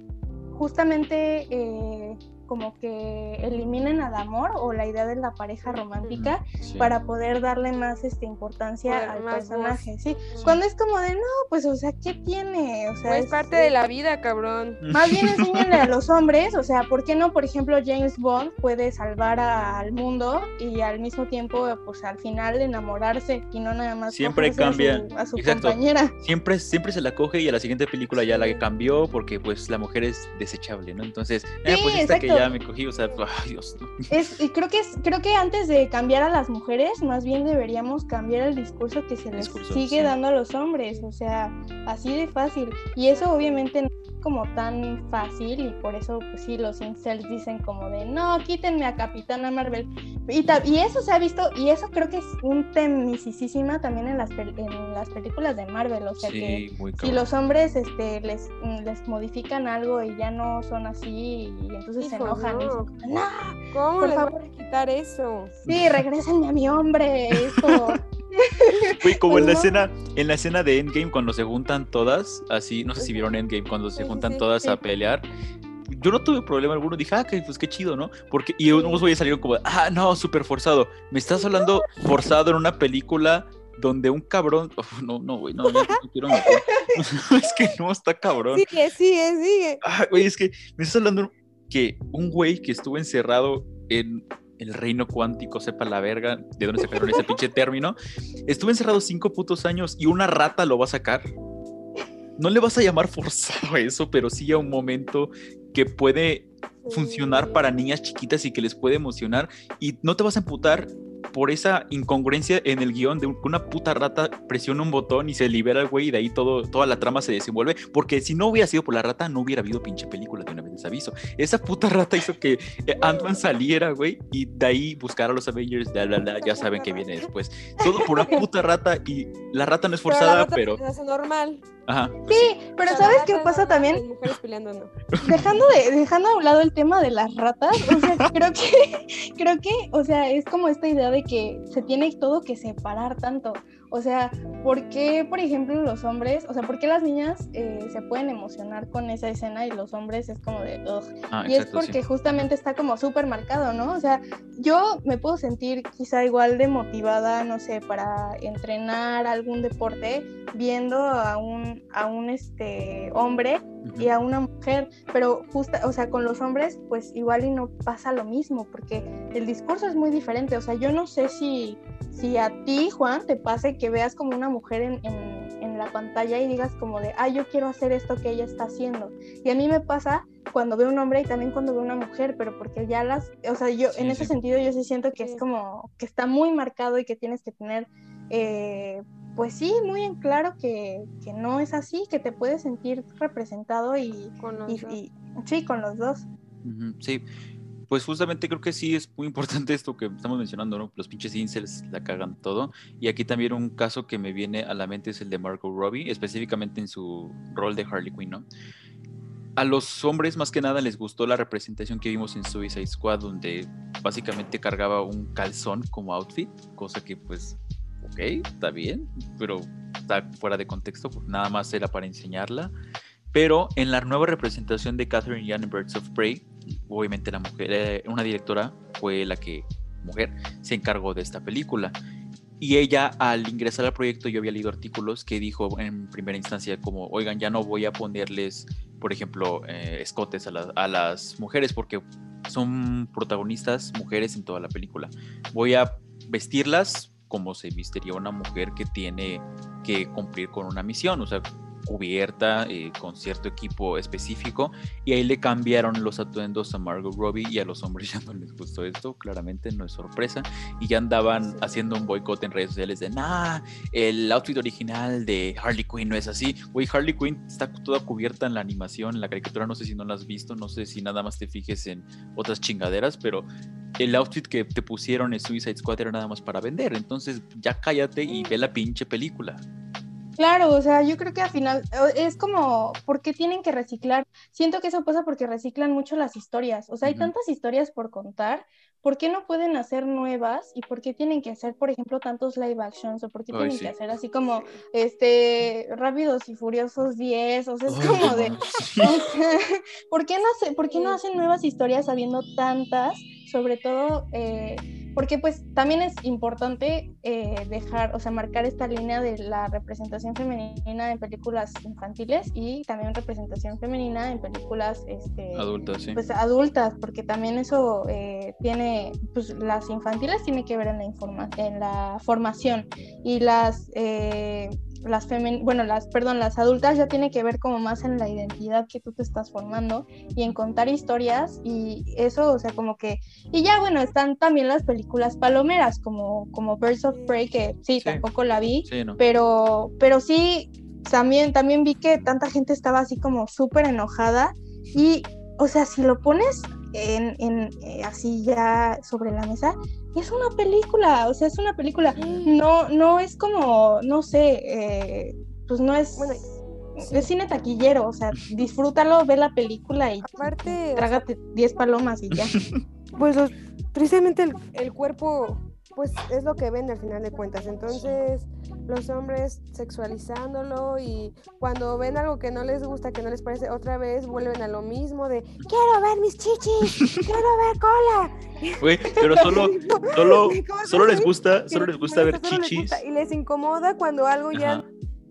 justamente eh, como que eliminen al amor o la idea de la pareja romántica Sí. para poder darle más este, importancia Poder- al más personaje, voz. ¿sí? Sí. Cuando es como de, no, pues, o sea, ¿qué tiene? O sea, Pues es parte de la vida, cabrón. Más bien enséñenle a los hombres, o sea, ¿por qué no, por ejemplo, James Bond puede salvar a- al mundo y al mismo tiempo, pues al final enamorarse y no nada más Siempre cogerse cambia. a su, a su Exacto. compañera? Siempre, siempre se la coge y a la siguiente película ya la cambió porque pues la mujer es desechable, ¿no? Entonces, eh, Sí, pues esta que exacto. ya me cogí, o sea, ay Dios, no. Es, y creo que es, creo que antes de cambiar a las mujeres, más bien deberíamos cambiar el discurso que se les Discurso, sigue sí. dando a los hombres, o sea, así de fácil. Y eso obviamente no es como tan fácil y por eso, pues sí, los incels dicen como de, no, quítenme a Capitana Marvel. Y, ta- y eso se ha visto, y eso creo que es un temicisísima también en las, pel- en las películas de Marvel, o sea que Sí, muy si cabrón. los hombres este, les, les modifican algo y ya no son así, y entonces se Hijo, enojan y no. dicen, como, no, ¿Cómo por les favor. voy a quitar eso? sí, regrésenme a mi hombre, esto. Güey, como Pues en la no. escena, en la escena de Endgame cuando se juntan todas, así, no sé si vieron Endgame cuando se Sí, sí, juntan sí, todas sí. a pelear. Yo no tuve problema alguno, dije, ah, que, pues qué chido, ¿no? Porque, y unos güeyes salieron como, ah, no, súper forzado. Me estás hablando forzado en una película donde un cabrón, Uf, no, no, güey, no, ya no quiero meter. Es que no, está cabrón. Sigue, sigue, sigue. Ah, güey, es que me estás hablando que un güey que estuvo encerrado en el reino cuántico, sepa la verga de dónde sacaron ese pinche término, estuvo encerrado cinco putos años y una rata lo va a sacar. No le vas a llamar forzado a eso, pero sí a un momento que puede funcionar para niñas chiquitas y que les puede emocionar y no te vas a emputar por esa incongruencia en el guión de un- una puta rata presiona un botón y se libera el güey y de ahí todo, toda la trama se desenvuelve, porque si no hubiera sido por la rata no hubiera habido pinche película, de una vez les aviso. Esa puta rata hizo que eh, Ant-Man saliera, güey, y de ahí buscar a los Avengers, bla, bla, bla, ya saben que viene después. Todo por una puta rata y la rata no es Pero la forzada, rata pero... se hace normal. Ajá, pues Sí, pero La ¿sabes rata qué es pasa normal, también? Las mujeres peleando, no. Dejando de, dejando a un lado el tema de las ratas, o sea, creo que, creo que, o sea, es como esta idea de que se tiene todo que separar tanto. O sea, ¿por qué, por ejemplo, los hombres, o sea, por qué las niñas eh, se pueden emocionar con esa escena y los hombres es como de, ugh? Ah, Y es exacto, sí. porque justamente está como súper marcado, ¿no? O sea, yo me puedo sentir quizá igual de motivada, no sé, para entrenar algún deporte viendo a un, a un este, hombre Ujú. y a una mujer, pero justa, o sea, con los hombres pues igual y no pasa lo mismo, porque el discurso es muy diferente. O sea, yo no sé si, si a ti, Juan, te pase que veas como una mujer en, en, en la pantalla y digas como de, ah, yo quiero hacer esto que ella está haciendo. Y a mí me pasa cuando veo un hombre y también cuando veo una mujer, pero porque ya las, o sea, yo Sí, en ese sí. sentido yo sí siento que Sí. es como, que está muy marcado y que tienes que tener, eh, pues sí, muy en claro que, que no es así, que te puedes sentir representado y, Con los y, dos. y sí, con los dos. Ujú, sí, Pues justamente creo que sí es muy importante esto que estamos mencionando, ¿no? Los pinches incels la cagan todo. Y aquí también un caso que me viene a la mente es el de Margot Robbie, específicamente en su rol de Harley Quinn, ¿no? A los hombres más que nada les gustó la representación que vimos en Suicide Squad, donde básicamente cargaba un calzón como outfit, cosa que pues, ok, está bien, pero está fuera de contexto, pues nada más era para enseñarla. Pero en la nueva representación de Catherine Yan en Birds of Prey, obviamente la mujer, eh, una directora fue la que, mujer, se encargó de esta película. Y ella, al ingresar al proyecto, yo había leído artículos que dijo en primera instancia como, oigan, ya no voy a ponerles, por ejemplo, eh, escotes a, la, a las mujeres porque son protagonistas mujeres en toda la película. Voy a vestirlas como se vistiría una mujer que tiene que cumplir con una misión, o sea, cubierta, eh, con cierto equipo específico, y ahí le cambiaron los atuendos a Margot Robbie y a los hombres ya no les gustó esto, claramente no es sorpresa, y ya andaban haciendo un boicot en redes sociales de nah, el outfit original de Harley Quinn no es así, güey, Harley Quinn está toda cubierta en la animación, en la caricatura, no sé si no la has visto, no sé si nada más te fijes en otras chingaderas, pero el outfit que te pusieron en Suicide Squad era nada más para vender, entonces ya cállate y ve la pinche película. Claro, o sea, yo creo que al final es como, ¿por qué tienen que reciclar? Siento que eso pasa porque reciclan mucho las historias, o sea, hay Uh-huh. tantas historias por contar, ¿por qué no pueden hacer nuevas? ¿Y por qué tienen que hacer, por ejemplo, tantos live actions? ¿O por qué Ay, tienen sí. que hacer así como, este, Rápidos y Furiosos diez? O sea, es Ay, como de, sí. o sea, ¿por qué no, hace, ¿por qué no hacen nuevas historias habiendo tantas? Sobre todo, eh, porque pues también es importante eh, dejar, o sea, marcar esta línea de la representación femenina en películas infantiles y también representación femenina en películas este, Adultas, sí. pues, adultas, porque también eso eh, tiene, pues las infantiles tiene que ver en la, informa- en la formación y las... Eh, las femen- bueno, las, perdón, las adultas ya tiene que ver como más en la identidad que tú te estás formando y en contar historias y eso, o sea, como que, y ya bueno, están también las películas palomeras como, como Birds of Prey, que sí, Sí. tampoco la vi, Sí, no. pero, pero sí, también, también vi que tanta gente estaba así como súper enojada y, o sea, si lo pones en, en eh, así ya sobre la mesa, es una película, o sea, es una película, no, no es como, no sé, eh, pues no es, Bueno, sí. es cine taquillero, o sea, disfrútalo, ve la película y, Aparte, y trágate diez palomas y ya. Pues los, tristemente el, el cuerpo pues es lo que vende al final de cuentas, entonces los hombres sexualizándolo y cuando ven algo que no les gusta, que no les parece, otra vez vuelven a lo mismo de quiero ver mis chichis, quiero ver cola. Güey, pero solo, solo, ¿Cómo solo les así? gusta, Que solo les les gusta ver molesta, solo les chichis. gusta y les incomoda cuando algo ya... Ajá.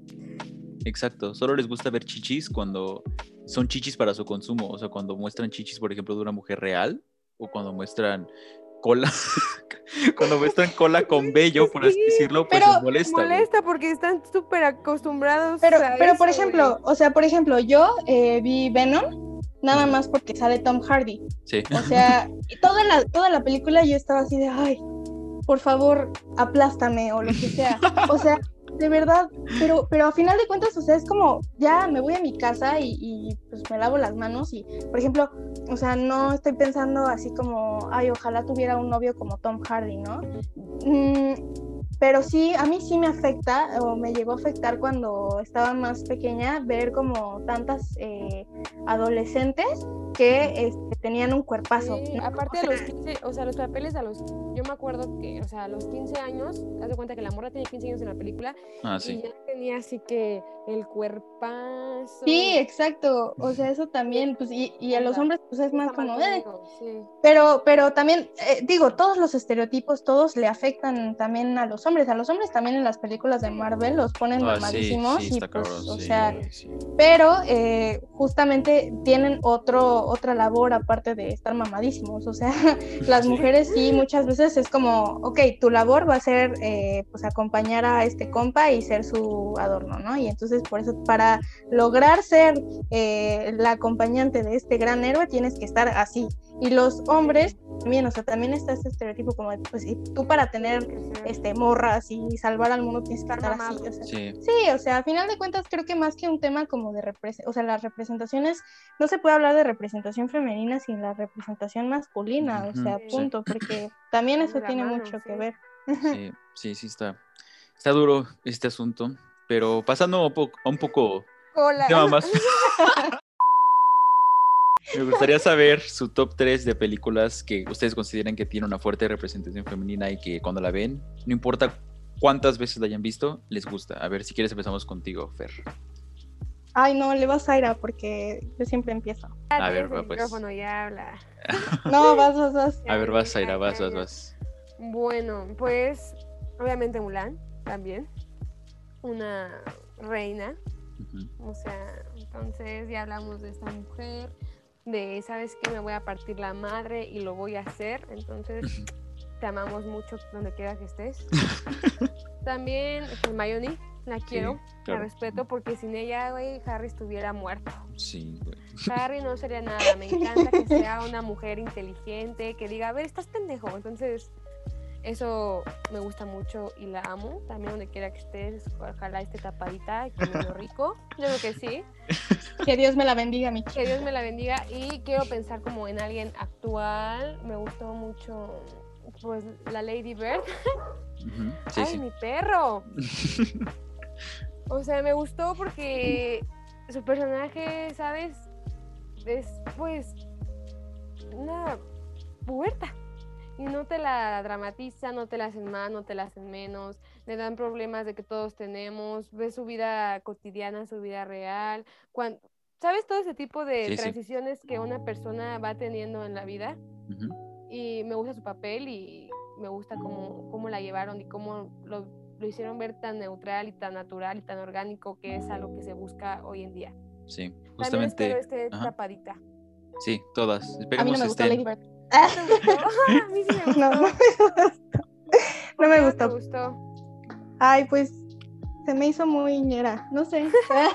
Exacto, solo les gusta ver chichis cuando son chichis para su consumo, o sea, cuando muestran chichis, por ejemplo, de una mujer real, o cuando muestran cola, cuando muestran cola con vello, por así Sí, decirlo, pues pero les molesta. güey. molesta porque están súper acostumbrados Pero, a pero eso, por güey. ejemplo, o sea, por ejemplo, yo eh, vi Venom nada más porque sale Tom Hardy. Sí. O sea, y toda la, toda la película yo estaba así de, ay, por favor, aplástame o lo que sea. O sea, de verdad, pero, pero a final de cuentas, o sea, es como, ya me voy a mi casa y, y pues me lavo las manos y, por ejemplo, o sea, no estoy pensando así como, ay, ojalá tuviera un novio como Tom Hardy, ¿no? Mm, pero sí, a mí sí me afecta, o me llegó a afectar cuando estaba más pequeña, ver como tantas eh, adolescentes que este, tenían un cuerpazo. Sí, ¿no? aparte O de sea, los quince, o sea, los papeles a los, yo me acuerdo que, o sea, a los quince años, haz de cuenta que la morra tenía quince años en la película Ah, y sí. ya tenía así que el cuerpazo. sí, exacto, o sea, eso también, pues, y, y a los hombres, pues es más Está mal como, eh, conmigo, sí. pero, pero también, eh, digo, todos los estereotipos, todos le afectan también a los hombres, a los hombres también en las películas de Marvel los ponen Ah, sí, mamadísimos sí, y está pues, cabrón, o sí, sea, sí. pero eh, justamente tienen otro, otra labor aparte de estar mamadísimos, o sea, las mujeres sí muchas veces es como, ok, tu labor va a ser eh, pues acompañar a este compa y ser su su adorno, ¿no? Y entonces por eso, para lograr ser eh, la acompañante de este gran héroe, tienes que estar así. Y los hombres también, o sea, también está este estereotipo como de, pues, y tú para tener este, morras y salvar al mundo tienes que estar así, o sea, Sí. sí, o sea, a final de cuentas creo que más que un tema como de representación, o sea, las representaciones, no se puede hablar de representación femenina sin la representación masculina, o sea, Ujú, punto, porque también Van eso de la tiene mano, mucho sí. que ver. Sí, sí, sí está, está duro este asunto, pero pasando un poco, un poco Hola. tema más. Me gustaría saber su top tres de películas que ustedes consideran que tienen una fuerte representación femenina y que cuando la ven, no importa cuántas veces la hayan visto, les gusta. A ver, si quieres empezamos contigo, Fer. Ay, no, le vas a Aira porque yo siempre empiezo. A ver, Tienes el va, pues. micrófono, ya habla. No, vas, vas, vas. A ver, vas, Ya, Zaira, vas, ya, vas, ya. vas. Bueno, pues obviamente Mulan también. Una reina. Ujú. O sea, entonces ya hablamos de esta mujer, de, ¿sabes qué? Me voy a partir la madre y lo voy a hacer. Entonces, te amamos mucho donde quiera que estés. También Hermione, la quiero, claro. la respeto, porque sin ella, güey, Harry estuviera muerto. Sí, güey. Harry no sería nada. Me encanta que sea una mujer inteligente, que diga, a ver, estás pendejo. Entonces, eso me gusta mucho y la amo. También donde quiera que estés, ojalá esté tapadita y comiendo rico. Yo creo que sí. Que Dios me la bendiga, mi Que Dios me la bendiga. Y quiero pensar como en alguien actual. Me gustó mucho, pues, la Lady Bird. Ujú. Sí, ¡Ay, sí. mi perro! O sea, me gustó porque su personaje, ¿sabes? Es, pues, una puberta. Y no te la dramatizan, no te la hacen más, no te la hacen menos. Le dan problemas de que todos tenemos. Ves su vida cotidiana, su vida real. Cuando, ¿sabes? Todo ese tipo de Sí, sí. transiciones que una persona va teniendo en la vida. Ujú. Y me gusta su papel y me gusta cómo, cómo la llevaron y cómo lo, lo hicieron ver tan neutral y tan natural y tan orgánico, que es algo que se busca hoy en día. Sí, También espero justamente. esté Ajá. tapadita. Sí, todas. A mí no Esperemos me gustó estén. Lady Bird. ¿No te gustó? A mí sí me gustó. No, no me gustó. ¿Por No me qué gustó. te gustó? Ay, pues se me hizo muy ñera, no sé.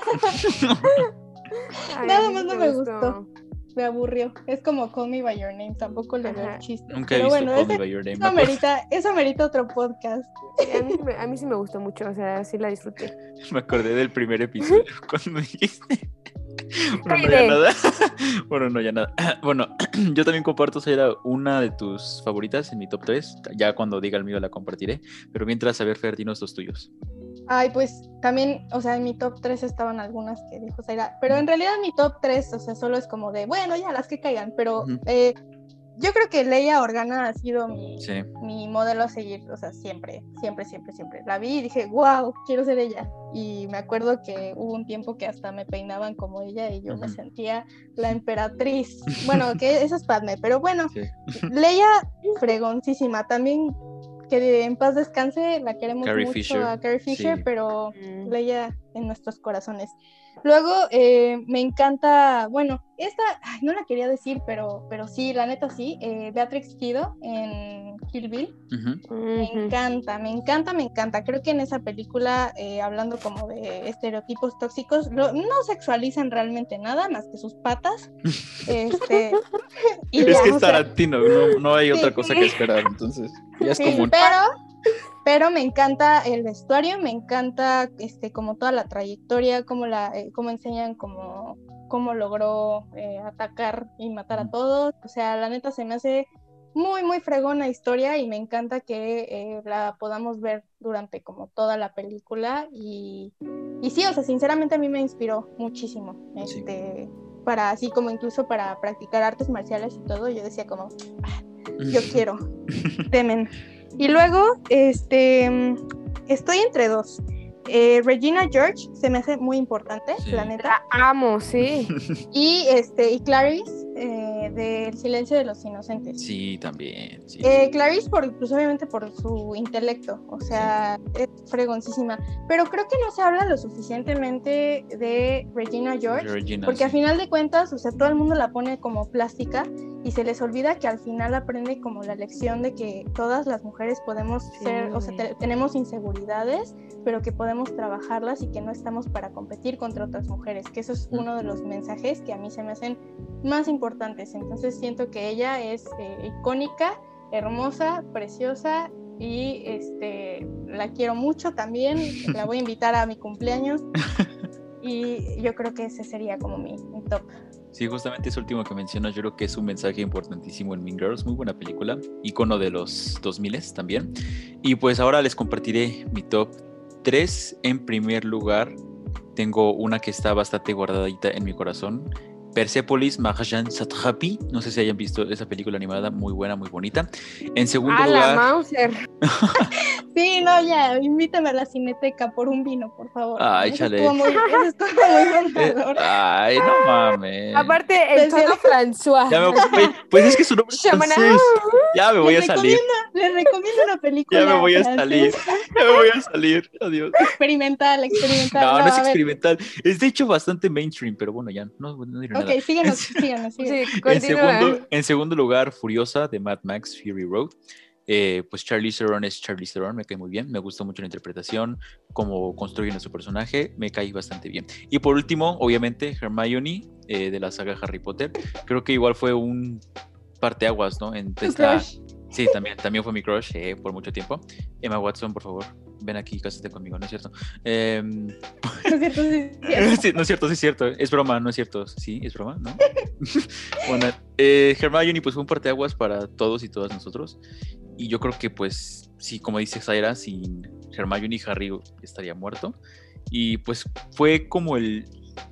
Ay, a Nada mí más sí no me me gustó. Me aburrió. Es como Call Me By Your Name, tampoco le veo Ajá. el chiste. Nunca he Pero visto bueno, Call Me ese- By Your Name. eso Me acuerdo, amerita, eso amerita otro podcast. Sí, a, mí, sí me- a mí sí me gustó mucho, o sea, sí la disfruté. me acordé del primer episodio cuando dijiste. Bueno, no, ya Cállate. nada. Bueno, no, ya nada. Bueno, yo también comparto, era una de tus favoritas en mi top tres. Ya cuando diga el mío la compartiré. Pero mientras, a ver, Fer, dinos los tuyos. Ay, pues también, o sea, en mi top tres estaban algunas que dijo Zaira, pero en realidad mi top tres, o sea, solo es como de, bueno, ya las que caigan, pero Ujú. eh, yo creo que Leia Organa ha sido mi, Sí. mi modelo a seguir, o sea, siempre, siempre, siempre, siempre. La vi y dije, wow, quiero ser ella. Y me acuerdo que hubo un tiempo que hasta me peinaban como ella y yo me Ujú. sentía la emperatriz. Bueno, que eso es Padme, pero bueno, Sí. Leia fregoncísima. También que en paz descanse, la queremos Carrie mucho Fisher. a Carrie Fisher, Sí. pero Mm. Leia en nuestros corazones. Luego eh, me encanta, bueno, esta, ay, no la quería decir, pero, pero sí, la neta sí, eh, Beatrix Kido en Kill Bill. Ujú. Me Ujú. encanta, me encanta, me encanta. Creo que en esa película, eh, hablando como de estereotipos tóxicos, lo- no sexualizan realmente nada más que sus patas. Este, y Es ya, que o es sea, Tarantino, no, no hay sí. otra cosa que esperar, entonces ya es sí, común. pero, pero me encanta el vestuario, me encanta este, como toda la trayectoria, cómo, la, eh, cómo enseñan cómo, cómo logró eh, atacar y matar a todos. O sea, la neta se me hace muy, muy fregona historia y me encanta que eh, la podamos ver durante como toda la película y, y sí, o sea, sinceramente a mí me inspiró muchísimo, Sí. este, para así como incluso para practicar artes marciales y todo, yo decía como, "Ah, yo quiero, temen". Y luego, este, estoy entre dos. Eh, Regina George se me hace muy importante, Sí. la neta. La amo, sí. Y este, y Clarice eh, de El silencio de los inocentes. Sí, también. Sí, Eh, sí. Clarice, por, pues obviamente por su intelecto, o sea, es fregoncísima. Pero creo que no se habla lo suficientemente de Regina George, Regina, porque a sí. final de cuentas, o sea, todo el mundo la pone como plástica, y se les olvida que al final aprende como la lección de que todas las mujeres podemos Sí. ser, o sea, te- tenemos inseguridades, pero que podemos trabajarlas y que no estamos para competir contra otras mujeres, que eso es uno de los mensajes que a mí se me hacen más importantes. Entonces siento que ella es eh, icónica, hermosa, preciosa y este, la quiero mucho también, la voy a invitar a mi cumpleaños y yo creo que ese sería como mi, mi top. Sí, justamente ese último que mencionas, yo creo que es un mensaje importantísimo en Mean Girls, muy buena película, icono de los dos mil también. Y pues ahora les compartiré mi top tres. En primer lugar, tengo una que está bastante guardadita en mi corazón, Persepolis Mahjong Satrapi. No sé si hayan visto esa película animada, muy buena, muy bonita. En segundo ¡A la lugar, Mauser! Sí, no, ya, invítame a la Cineteca por un vino, por favor. Ah, Eso échale. estuvo muy, eso estuvo muy eh, mamador. ay, no mames. Aparte, el Pues, tono François. Ya me- oye, pues es que su nombre es Shamana. francés. Ya me voy a Les salir. recomiendo, les recomiendo una película Ya me voy a francesa, salir. Ya me voy a salir. Adiós. experimental, experimental. No, no es a ver. experimental. Es de hecho bastante mainstream, pero bueno, ya no, no diré nada. Ok, síguenos, síguenos, síguenos. Sí, En continúa. segundo, en segundo lugar, Furiosa de Mad Max Fury Road. Eh, pues Charlize Theron es Charlize Theron, me cae muy bien, me gusta mucho la interpretación, cómo construyen a su personaje, me cae bastante bien. Y por último, obviamente, Hermione eh, de la saga Harry Potter, creo que igual fue un parteaguas, ¿no? En Tu esta... crush. Sí, también, también fue mi crush eh, por mucho tiempo. Emma Watson, por favor, ven aquí, cásate conmigo, ¿no es cierto? Eh, No es cierto, sí, es cierto. sí, no es cierto, sí es cierto. Es broma, no es cierto. Sí, es broma, ¿no? Bueno, eh, Hermione pues fue un parteaguas para todos y todas nosotros. Y yo creo que pues, sí, como dice Zaira, sin Hermione y Harry estaría muerto. Y pues fue como el,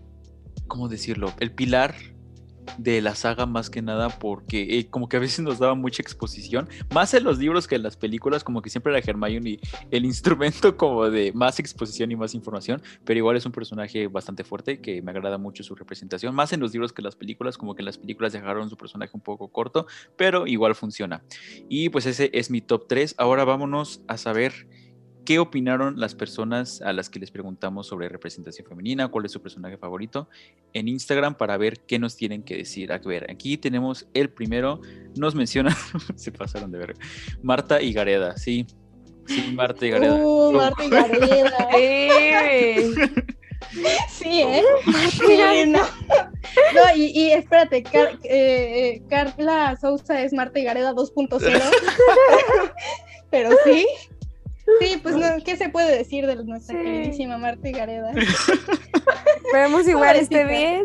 ¿cómo decirlo? El pilar de la saga más que nada porque eh, como que a veces nos daba mucha exposición, más en los libros que en las películas, como que siempre era Hermione el instrumento como de más exposición y más información, pero igual es un personaje bastante fuerte que me agrada mucho su representación, más en los libros que en las películas, como que en las películas dejaron su personaje un poco corto, pero igual funciona. Y pues ese es mi top tres. Ahora vámonos a saber qué opinaron las personas a las que les preguntamos sobre representación femenina, cuál es su personaje favorito en Instagram para ver qué nos tienen que decir. A ver, aquí tenemos el primero, nos menciona, se pasaron de ver, Marta y Gareda, sí, sí, Marta y Gareda. Uh, Marta y Gareda. Sí. Sí, ¿eh? Sí, no. No, y, y espérate, Car- eh, eh, Carla Sousa es Marta y Gareda dos punto cero. Pero sí. Sí, pues no, ¿qué se puede decir de nuestra Sí. queridísima Marta y Gareda? Esperemos igual esté Pobrecita. bien.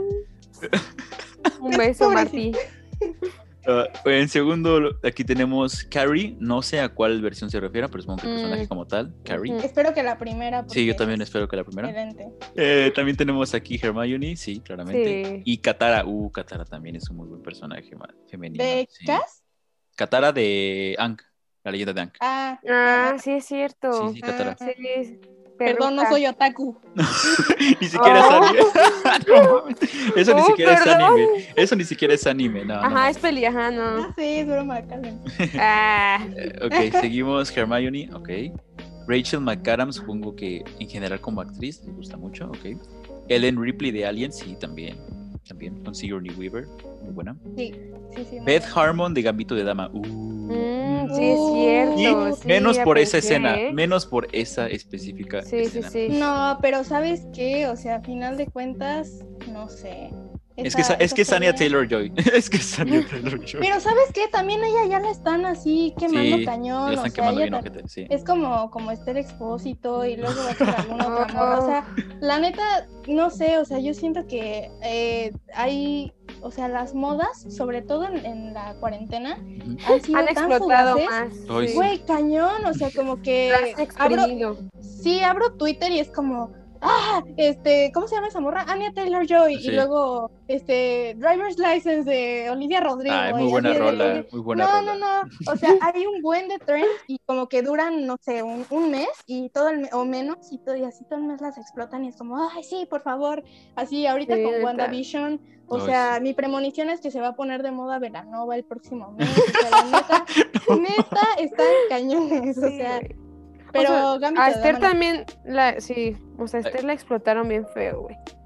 Un beso, Martí. Uh, en segundo, aquí tenemos Carrie, no sé a cuál versión se refiere, pero supongo que el Mm. personaje como tal, Carrie. Ujú. Espero que la primera. Sí, yo porque también es espero que la primera. excelente. Eh, también tenemos aquí Hermione, sí, claramente. Sí. Y Katara, uh, Katara también es un muy buen personaje ma- femenino. ¿De sí. Cass? Katara de Aang, la leyenda de Aang. Ah, Ah, ah, sí, es cierto. Sí, sí, Katara. ah, Sí, Perdón, no perruca. soy otaku. Ni siquiera es Oh. anime. No mames. Eso ni Oh, siquiera es perdón. anime. Eso ni siquiera es anime, no. no, Ajá, no. es peli, ajá, no. Ah, sí, es broma, cálmense. Ah, Eh, ok, seguimos Hermione, ok. Rachel McAdams, supongo que en general como actriz me gusta mucho, ok. Ellen Ripley de Alien, sí, también. También con Sigourney Weaver, muy buena. Sí, sí, sí. Beth Harmon de Gambito de Dama, uh. mm, sí, es Y cierto. sí, menos ya por esa pensé, escena, ¿eh? menos por esa específica Sí, sí, escena. sí. No, pero ¿sabes qué? O sea, a final de cuentas, no sé. Es que, Esa- es que es esa Anya serie- Taylor-Joy. Es que es Anya Taylor-Joy. Pero ¿sabes qué? También ella ya la están así quemando Sí, cañón. la O están sea, quemando ella bien, ta- ojete, sí. es como, como Esther Expósito y luego va a ser alguna otra morra. O sea, la neta, no sé, o sea, yo siento que eh, hay, o sea, las modas, sobre todo en, en la cuarentena, Ujú. han sido Han tan explotado fugaces. más. Ay, sí. sí. Güey, cañón, o sea, como que Lo has abro, exprimido. sí, abro Twitter y es como, ah, este, ¿cómo se llama esa morra? Anya Taylor-Joy, Sí. y luego, este, Driver's License de Olivia Rodrigo. Ay, y muy así buena de- rola, muy buena no, rola. no, no, o sea, hay un buen de trends y como que duran, no sé, un, un mes y todo el me- o menos y, todo, y así todo el mes las explotan y es como, ay, sí, por favor, así ahorita Sí, con neta. WandaVision, o Ay, sea, mi premonición es que se va a poner de moda Velanova el próximo mes, o sea, la neta, neta, están cañones, o Sí, sea, güey. pero O sea, Gambito a de Esther Dama no. también, la, sí, o sea, a Esther la explotaron bien feo, güey.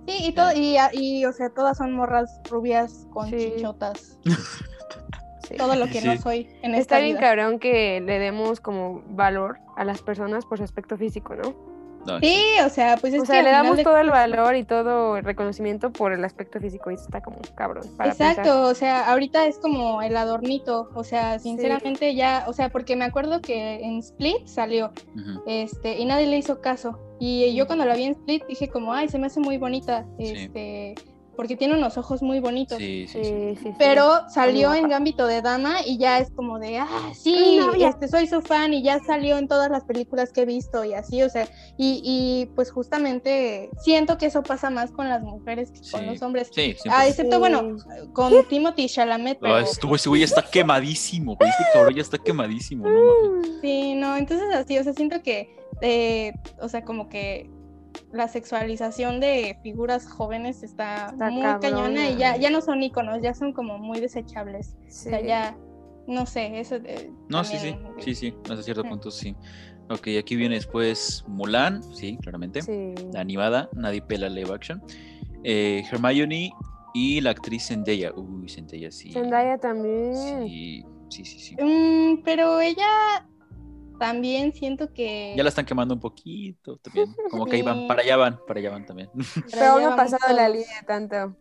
Sí, y, todo, y, y, o sea, todas son morras rubias con Sí. chichotas. Sí. Todo lo que Sí. no soy en Está esta bien vida. cabrón que le demos como valor a las personas por su aspecto físico, ¿no? No, Sí, o sea, pues es O que sea, al le final damos de todo el cuentas- valor y todo el reconocimiento por el aspecto físico y eso está como cabrón para Exacto, pensar. o sea, ahorita es como el adornito, o sea, sinceramente ya, o sea, porque me acuerdo que en Split salió, Ujú. este, y nadie le hizo caso, y yo cuando la vi en Split dije como, ay, se me hace muy bonita, Sí. este, porque tiene unos ojos muy bonitos, Sí, sí, sí. Sí, sí, sí. pero salió Muy en guapa. Gambito de Dama y ya es como de, ah, Mi sí, novia. este, soy su fan y ya salió en todas las películas que he visto y así, o sea, y, y pues justamente siento que eso pasa más con las mujeres que con Sí. los hombres. Sí, Ah, siempre. excepto, Sí. bueno, con Timothy Chalamet, pero Ah, estuvo, ese güey ya está quemadísimo, güey. Este cabrón ya está quemadísimo, no mames. sí, no, entonces así, o sea, siento que, eh, o sea, como que la sexualización de figuras jóvenes está, Está muy cabrona. cañona y ya, ya no son íconos, ya son como muy desechables. Sí. O sea, ya, no sé, eso eh, No, sí, sí. también. Sí, sí. Hasta cierto Sí. punto, sí. Ok, aquí viene después Mulan, sí, claramente. Sí. La animada, nadie pela live action. Eh, Hermione y la actriz Zendaya. Uy, Zendaya, sí. Zendaya también. Sí, sí, sí, sí. Mm, pero ella también siento que... Ya la están quemando un poquito también. Como que ahí van, Sí. para allá van, para allá van también. Pero aún no ha vamos pasado la todos. línea tanto.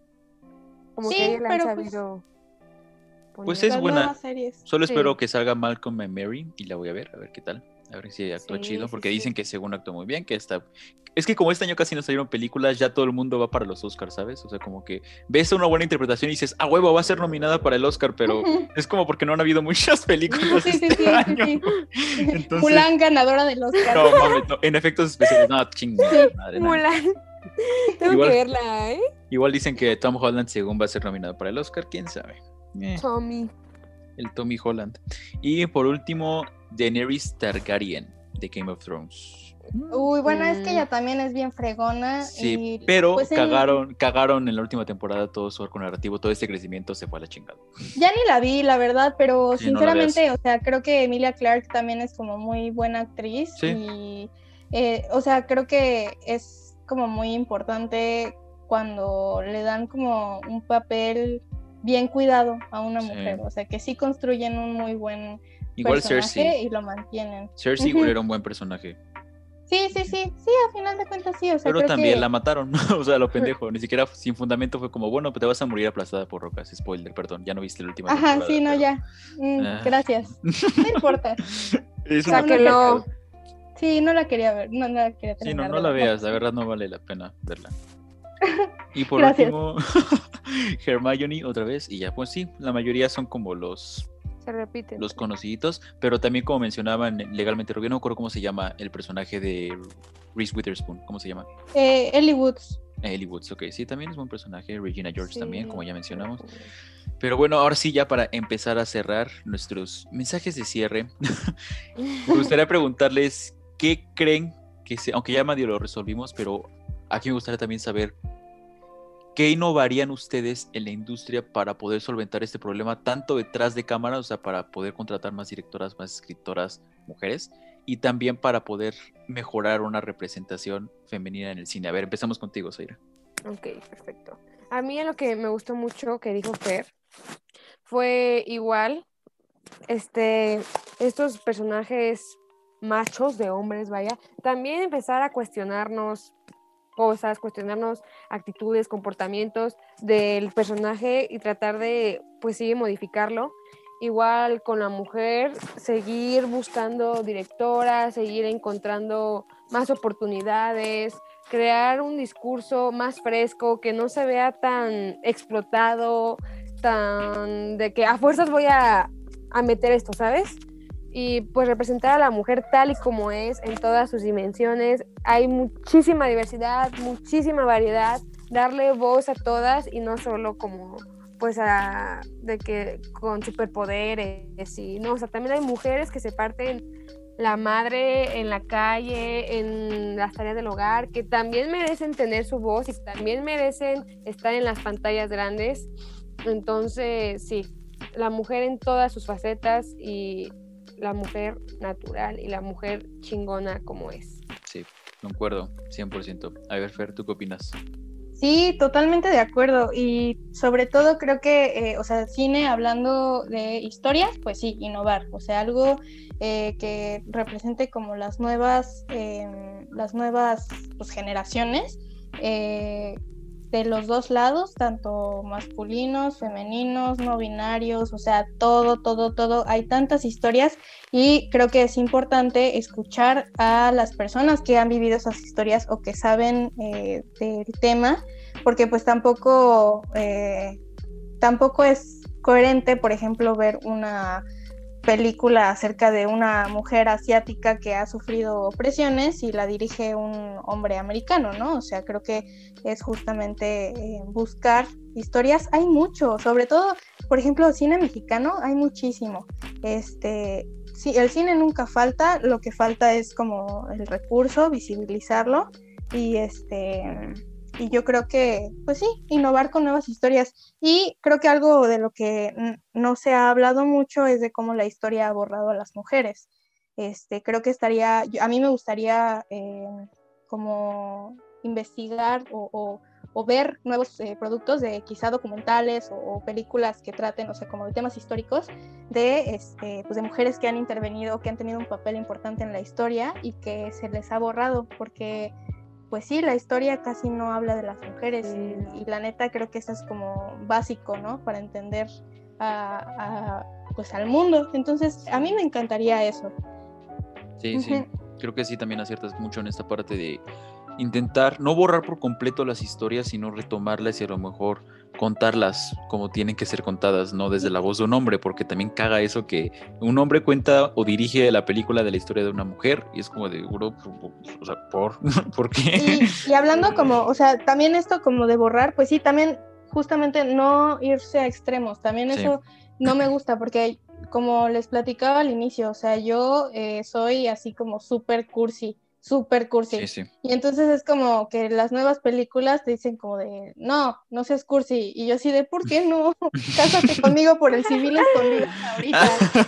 Como Sí, que ellos la han pero pues, sabido poner. Pues es las buena. nuevas series. Solo Sí. espero que salga Malcolm and Mary y la voy a ver, a ver qué tal. A ver si actúa Sí, chido, sí, porque sí. dicen que según actuó muy bien, que está... Es que como este año casi no salieron películas, ya todo el mundo va para los Oscars, ¿sabes? O sea, como que ves una buena interpretación y dices, ah, huevo, va a ser nominada para el Oscar, pero es como porque no han habido muchas películas Sí, sí, este sí, sí, año. sí. Entonces, Mulan, ganadora del Oscar. no mames, no, en efectos especiales, no, chingada Sí. madre, no. Mulan. Tengo Igual- que verla, ¿eh? Igual dicen que Tom Holland según va a ser nominado para el Oscar, quién sabe. Eh, Tommy. el Tommy Holland. Y por último, Daenerys Targaryen de Game of Thrones. Uy, bueno, es que Mm. ella también es bien fregona. Sí, y, pero pues, en- cagaron, cagaron en la última temporada todo su arco narrativo, todo este crecimiento se fue a la chingada. Ya ni la vi, la verdad, pero Sí, no la sinceramente, o sea, creo que Emilia Clarke también es como muy buena actriz Sí. y, eh, o sea, creo que es como muy importante cuando le dan como un papel bien cuidado a una Sí. mujer, o sea, que sí construyen un muy buen Igual personaje Cersei. y lo mantienen. Cersei Ujú. igual era un buen personaje, Sí, sí, sí, sí, a final de cuentas sí, o sea, pero creo también que... la mataron, o sea, lo pendejo, ni siquiera sin fundamento fue como, bueno, pues te vas a morir aplastada por rocas, spoiler, perdón, ya no viste la última Ajá, temporada. sí, no, pero- ya. Mm, Ah. gracias. No importa. Es O sea, una que Sáquenlo. pendejada. Sí, no la quería ver, no, no la quería Sí, no, terminar no de la ver, veas, la verdad no vale la pena verla. Y por Gracias. último, Hermione otra vez, y ya, pues sí, la mayoría son como los, Se repite. los conociditos, pero también como mencionaban legalmente Rubio, no me acuerdo cómo se llama el personaje de Reese Witherspoon, ¿cómo se llama? Eh, Ellie Woods. Ellie Woods, ok, sí, también es buen personaje, Regina George Sí. también, como ya mencionamos. Pero bueno, ahora sí, ya para empezar a cerrar nuestros mensajes de cierre, me gustaría preguntarles qué creen que se, aunque ya medio lo resolvimos, pero aquí me gustaría también saber qué innovarían ustedes en la industria para poder solventar este problema, tanto detrás de cámara, o sea, para poder contratar más directoras, más escritoras mujeres, y también para poder mejorar una representación femenina en el cine. A ver, empezamos contigo, Zaira. Ok, perfecto. A mí lo que me gustó mucho que dijo Fer fue igual, este, estos personajes machos de hombres, vaya, también empezar a cuestionarnos cosas, cuestionarnos actitudes, comportamientos del personaje y tratar de, pues sí, modificarlo. Igual con la mujer, seguir buscando directoras, seguir encontrando más oportunidades, crear un discurso más fresco, que no se vea tan explotado, tan de que a fuerzas voy a, a meter esto, ¿sabes? Y pues representar a la mujer tal y como es en todas sus dimensiones. Hay muchísima diversidad, muchísima variedad, darle voz a todas y no solo como pues a, de que con superpoderes y no, o sea, también hay mujeres que se parten la madre en la calle, en las tareas del hogar, que también merecen tener su voz y también merecen estar en las pantallas grandes. Entonces, sí, la mujer en todas sus facetas y la mujer natural y la mujer chingona como es. Sí, concuerdo, cien por ciento. A ver, Fer, ¿tú qué opinas? Sí, totalmente de acuerdo. Y sobre todo creo que, eh, o sea, cine hablando de historias, pues sí, innovar. O sea, algo eh, que represente como las nuevas, eh, las nuevas pues, generaciones eh, de los dos lados, tanto masculinos, femeninos, no binarios, o sea, todo, todo, todo. Hay tantas historias y creo que es importante escuchar a las personas que han vivido esas historias o que saben eh, del tema, porque pues tampoco, eh, tampoco es coherente, por ejemplo, ver una película acerca de una mujer asiática que ha sufrido opresiones y la dirige un hombre americano, ¿no? O sea, creo que es justamente eh, buscar historias. Hay mucho, sobre todo, por ejemplo, cine mexicano, hay muchísimo. Este, sí, el cine nunca falta, lo que falta es como el recurso, visibilizarlo y este... Y yo creo que, pues sí, innovar con nuevas historias. Y creo que algo de lo que no se ha hablado mucho es de cómo la historia ha borrado a las mujeres. Este, creo que estaría, a mí me gustaría eh, como investigar o, o, o ver nuevos eh, productos de quizá documentales o, o películas que traten, o sea, como de temas históricos de, este, pues de mujeres que han intervenido, que han tenido un papel importante en la historia y que se les ha borrado, porque pues sí, la historia casi no habla de las mujeres y, y la neta creo que eso es como básico, ¿no? Para entender a, a, pues al mundo. Entonces, a mí me encantaría eso. Sí, uh-huh. sí, creo que sí también aciertas mucho en esta parte de intentar no borrar por completo las historias, sino retomarlas y a lo mejor contarlas como tienen que ser contadas, no desde la voz de un hombre, porque también caga eso que un hombre cuenta o dirige la película de la historia de una mujer y es como de, bro, o sea, ¿por? ¿por qué? Y, y hablando como, o sea, también esto como de borrar, pues sí, también justamente no irse a extremos, también sí. eso no me gusta porque como les platicaba al inicio, o sea, yo eh, soy así como súper cursi, súper cursi. Sí, sí. Y entonces es como que las nuevas películas te dicen como de, no, no seas cursi. Y yo así de, ¿por qué no? Cásate conmigo por el civil escondido ahorita.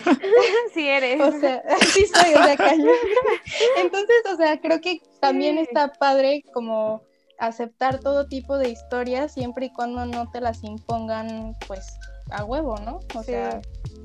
Sí eres. O sea, sí soy, o sea, cañón. Entonces, o sea, creo que también sí. está padre como aceptar todo tipo de historias siempre y cuando no te las impongan, pues, a huevo, ¿no? O sí. sea,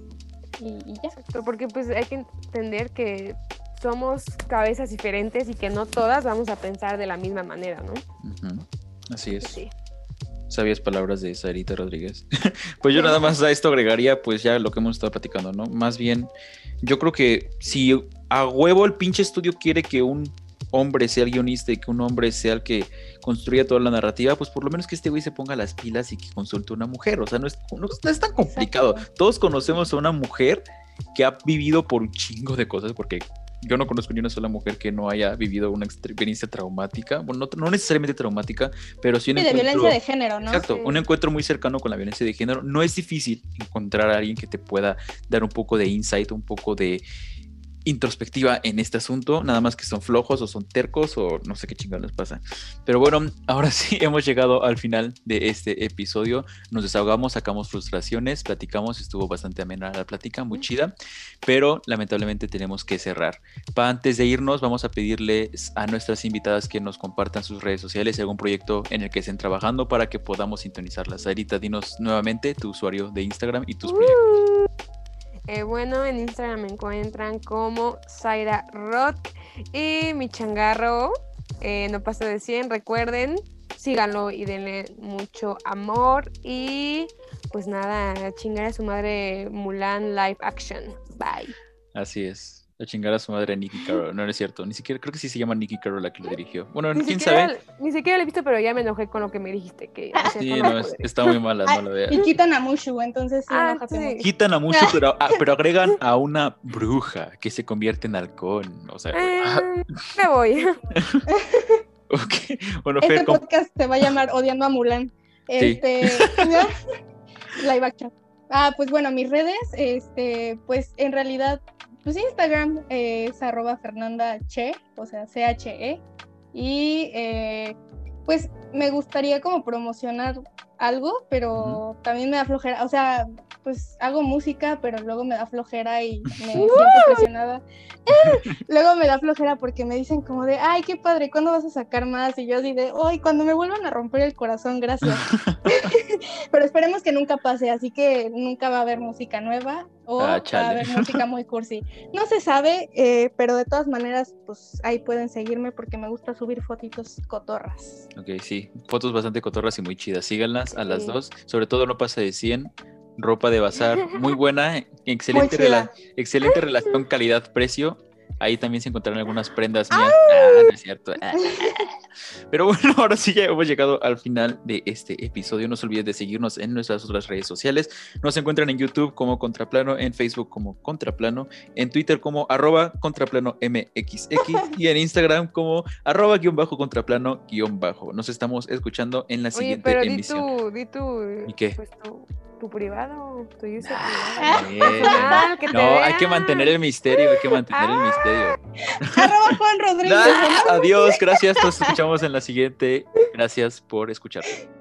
y, y ya. Exacto, porque pues hay que entender que somos cabezas diferentes y que no todas vamos a pensar de la misma manera, ¿no? Uh-huh. Así es. Sí. Sabias palabras de Sarita Rodríguez. Pues yo nada más a esto agregaría pues ya lo que hemos estado platicando, ¿no? Más bien, yo creo que si a huevo el pinche estudio quiere que un hombre sea el guionista y que un hombre sea el que construya toda la narrativa, pues por lo menos que este güey se ponga las pilas y que consulte a una mujer. O sea, no es, no, no es tan complicado. Exacto. Todos conocemos a una mujer que ha vivido por un chingo de cosas, porque yo no conozco ni una sola mujer que no haya vivido una experiencia traumática, bueno, no, no necesariamente traumática, pero sí un sí, encuentro... de violencia de género, ¿no? Exacto, sí. un encuentro muy cercano con la violencia de género. No es difícil encontrar a alguien que te pueda dar un poco de insight, un poco de introspectiva en este asunto, nada más que son flojos o son tercos o no sé qué chingados les pasa. Pero bueno, ahora sí hemos llegado al final de este episodio, nos desahogamos, sacamos frustraciones, platicamos, estuvo bastante amena la plática, muy chida, pero lamentablemente tenemos que cerrar. Para antes de irnos, vamos a pedirles a nuestras invitadas que nos compartan sus redes sociales y algún proyecto en el que estén trabajando para que podamos sintonizarlas. Sarita, dinos nuevamente tu usuario de Instagram y tus proyectos. Eh, bueno, en Instagram me encuentran como Zaira Rock y mi changarro eh, no pasa de cien, recuerden, síganlo y denle mucho amor y pues nada, chingar a su madre Mulan live action, bye. Así es. A chingar a su madre Nikki Carroll. No, no es cierto. Ni siquiera, creo que sí se llama Nikki Carroll la que lo dirigió. Bueno, ni quién siquiera, sabe. Ni siquiera la he visto, pero ya me enojé con lo que me dijiste. Que sí, no, es, está muy mala, no la veas. Y quitan a Mushu, entonces sí, ah, enójate sí. mucho. Quitan a Mushu, pero, a, pero agregan a una bruja que se convierte en halcón. O sea, eh, ah. me voy. Okay. Bueno, este Fer, podcast se va a llamar Odiando a Mulan. Este, sí. Live action. Ah, pues bueno, mis redes, este, pues en realidad, pues Instagram eh, es arroba Fernanda Che, o sea, C H E, y eh, pues me gustaría como promocionar algo, pero uh-huh. también me da flojera, o sea, pues hago música, pero luego me da flojera y me siento presionada. Luego me da flojera porque me dicen como de, ay, qué padre, ¿cuándo vas a sacar más? Y yo así de, ay, cuando me vuelvan a romper el corazón, gracias. Pero esperemos que nunca pase, así que nunca va a haber música nueva o ah, va a haber música muy cursi. No se sabe, eh, pero de todas maneras, pues ahí pueden seguirme porque me gusta subir fotitos cotorras. Ok, sí, fotos bastante cotorras y muy chidas. Síganlas a sí. las dos, sobre todo no pasa de cien. Ropa de bazar muy buena, excelente, rela- excelente relación calidad-precio. Ahí también se encontrarán algunas prendas mías. Ah, no es cierto. Pero bueno, ahora sí ya hemos llegado al final de este episodio. No se olviden de seguirnos en nuestras otras redes sociales. Nos encuentran en YouTube como Contraplano, en Facebook como Contraplano, en Twitter como arroba Contraplano M X X y en Instagram como arroba guión bajo Contraplano guión bajo. Nos estamos escuchando en la siguiente Oye, pero emisión. Di tu, di tu, ¿Y qué? Pues tu, tu privado, tu user ah, privado. Que no, vean. Hay que mantener el misterio, hay que mantener ah. el misterio. Arroba Juan Rodríguez. Adiós, gracias, nos escuchamos en la siguiente. Gracias por escuchar.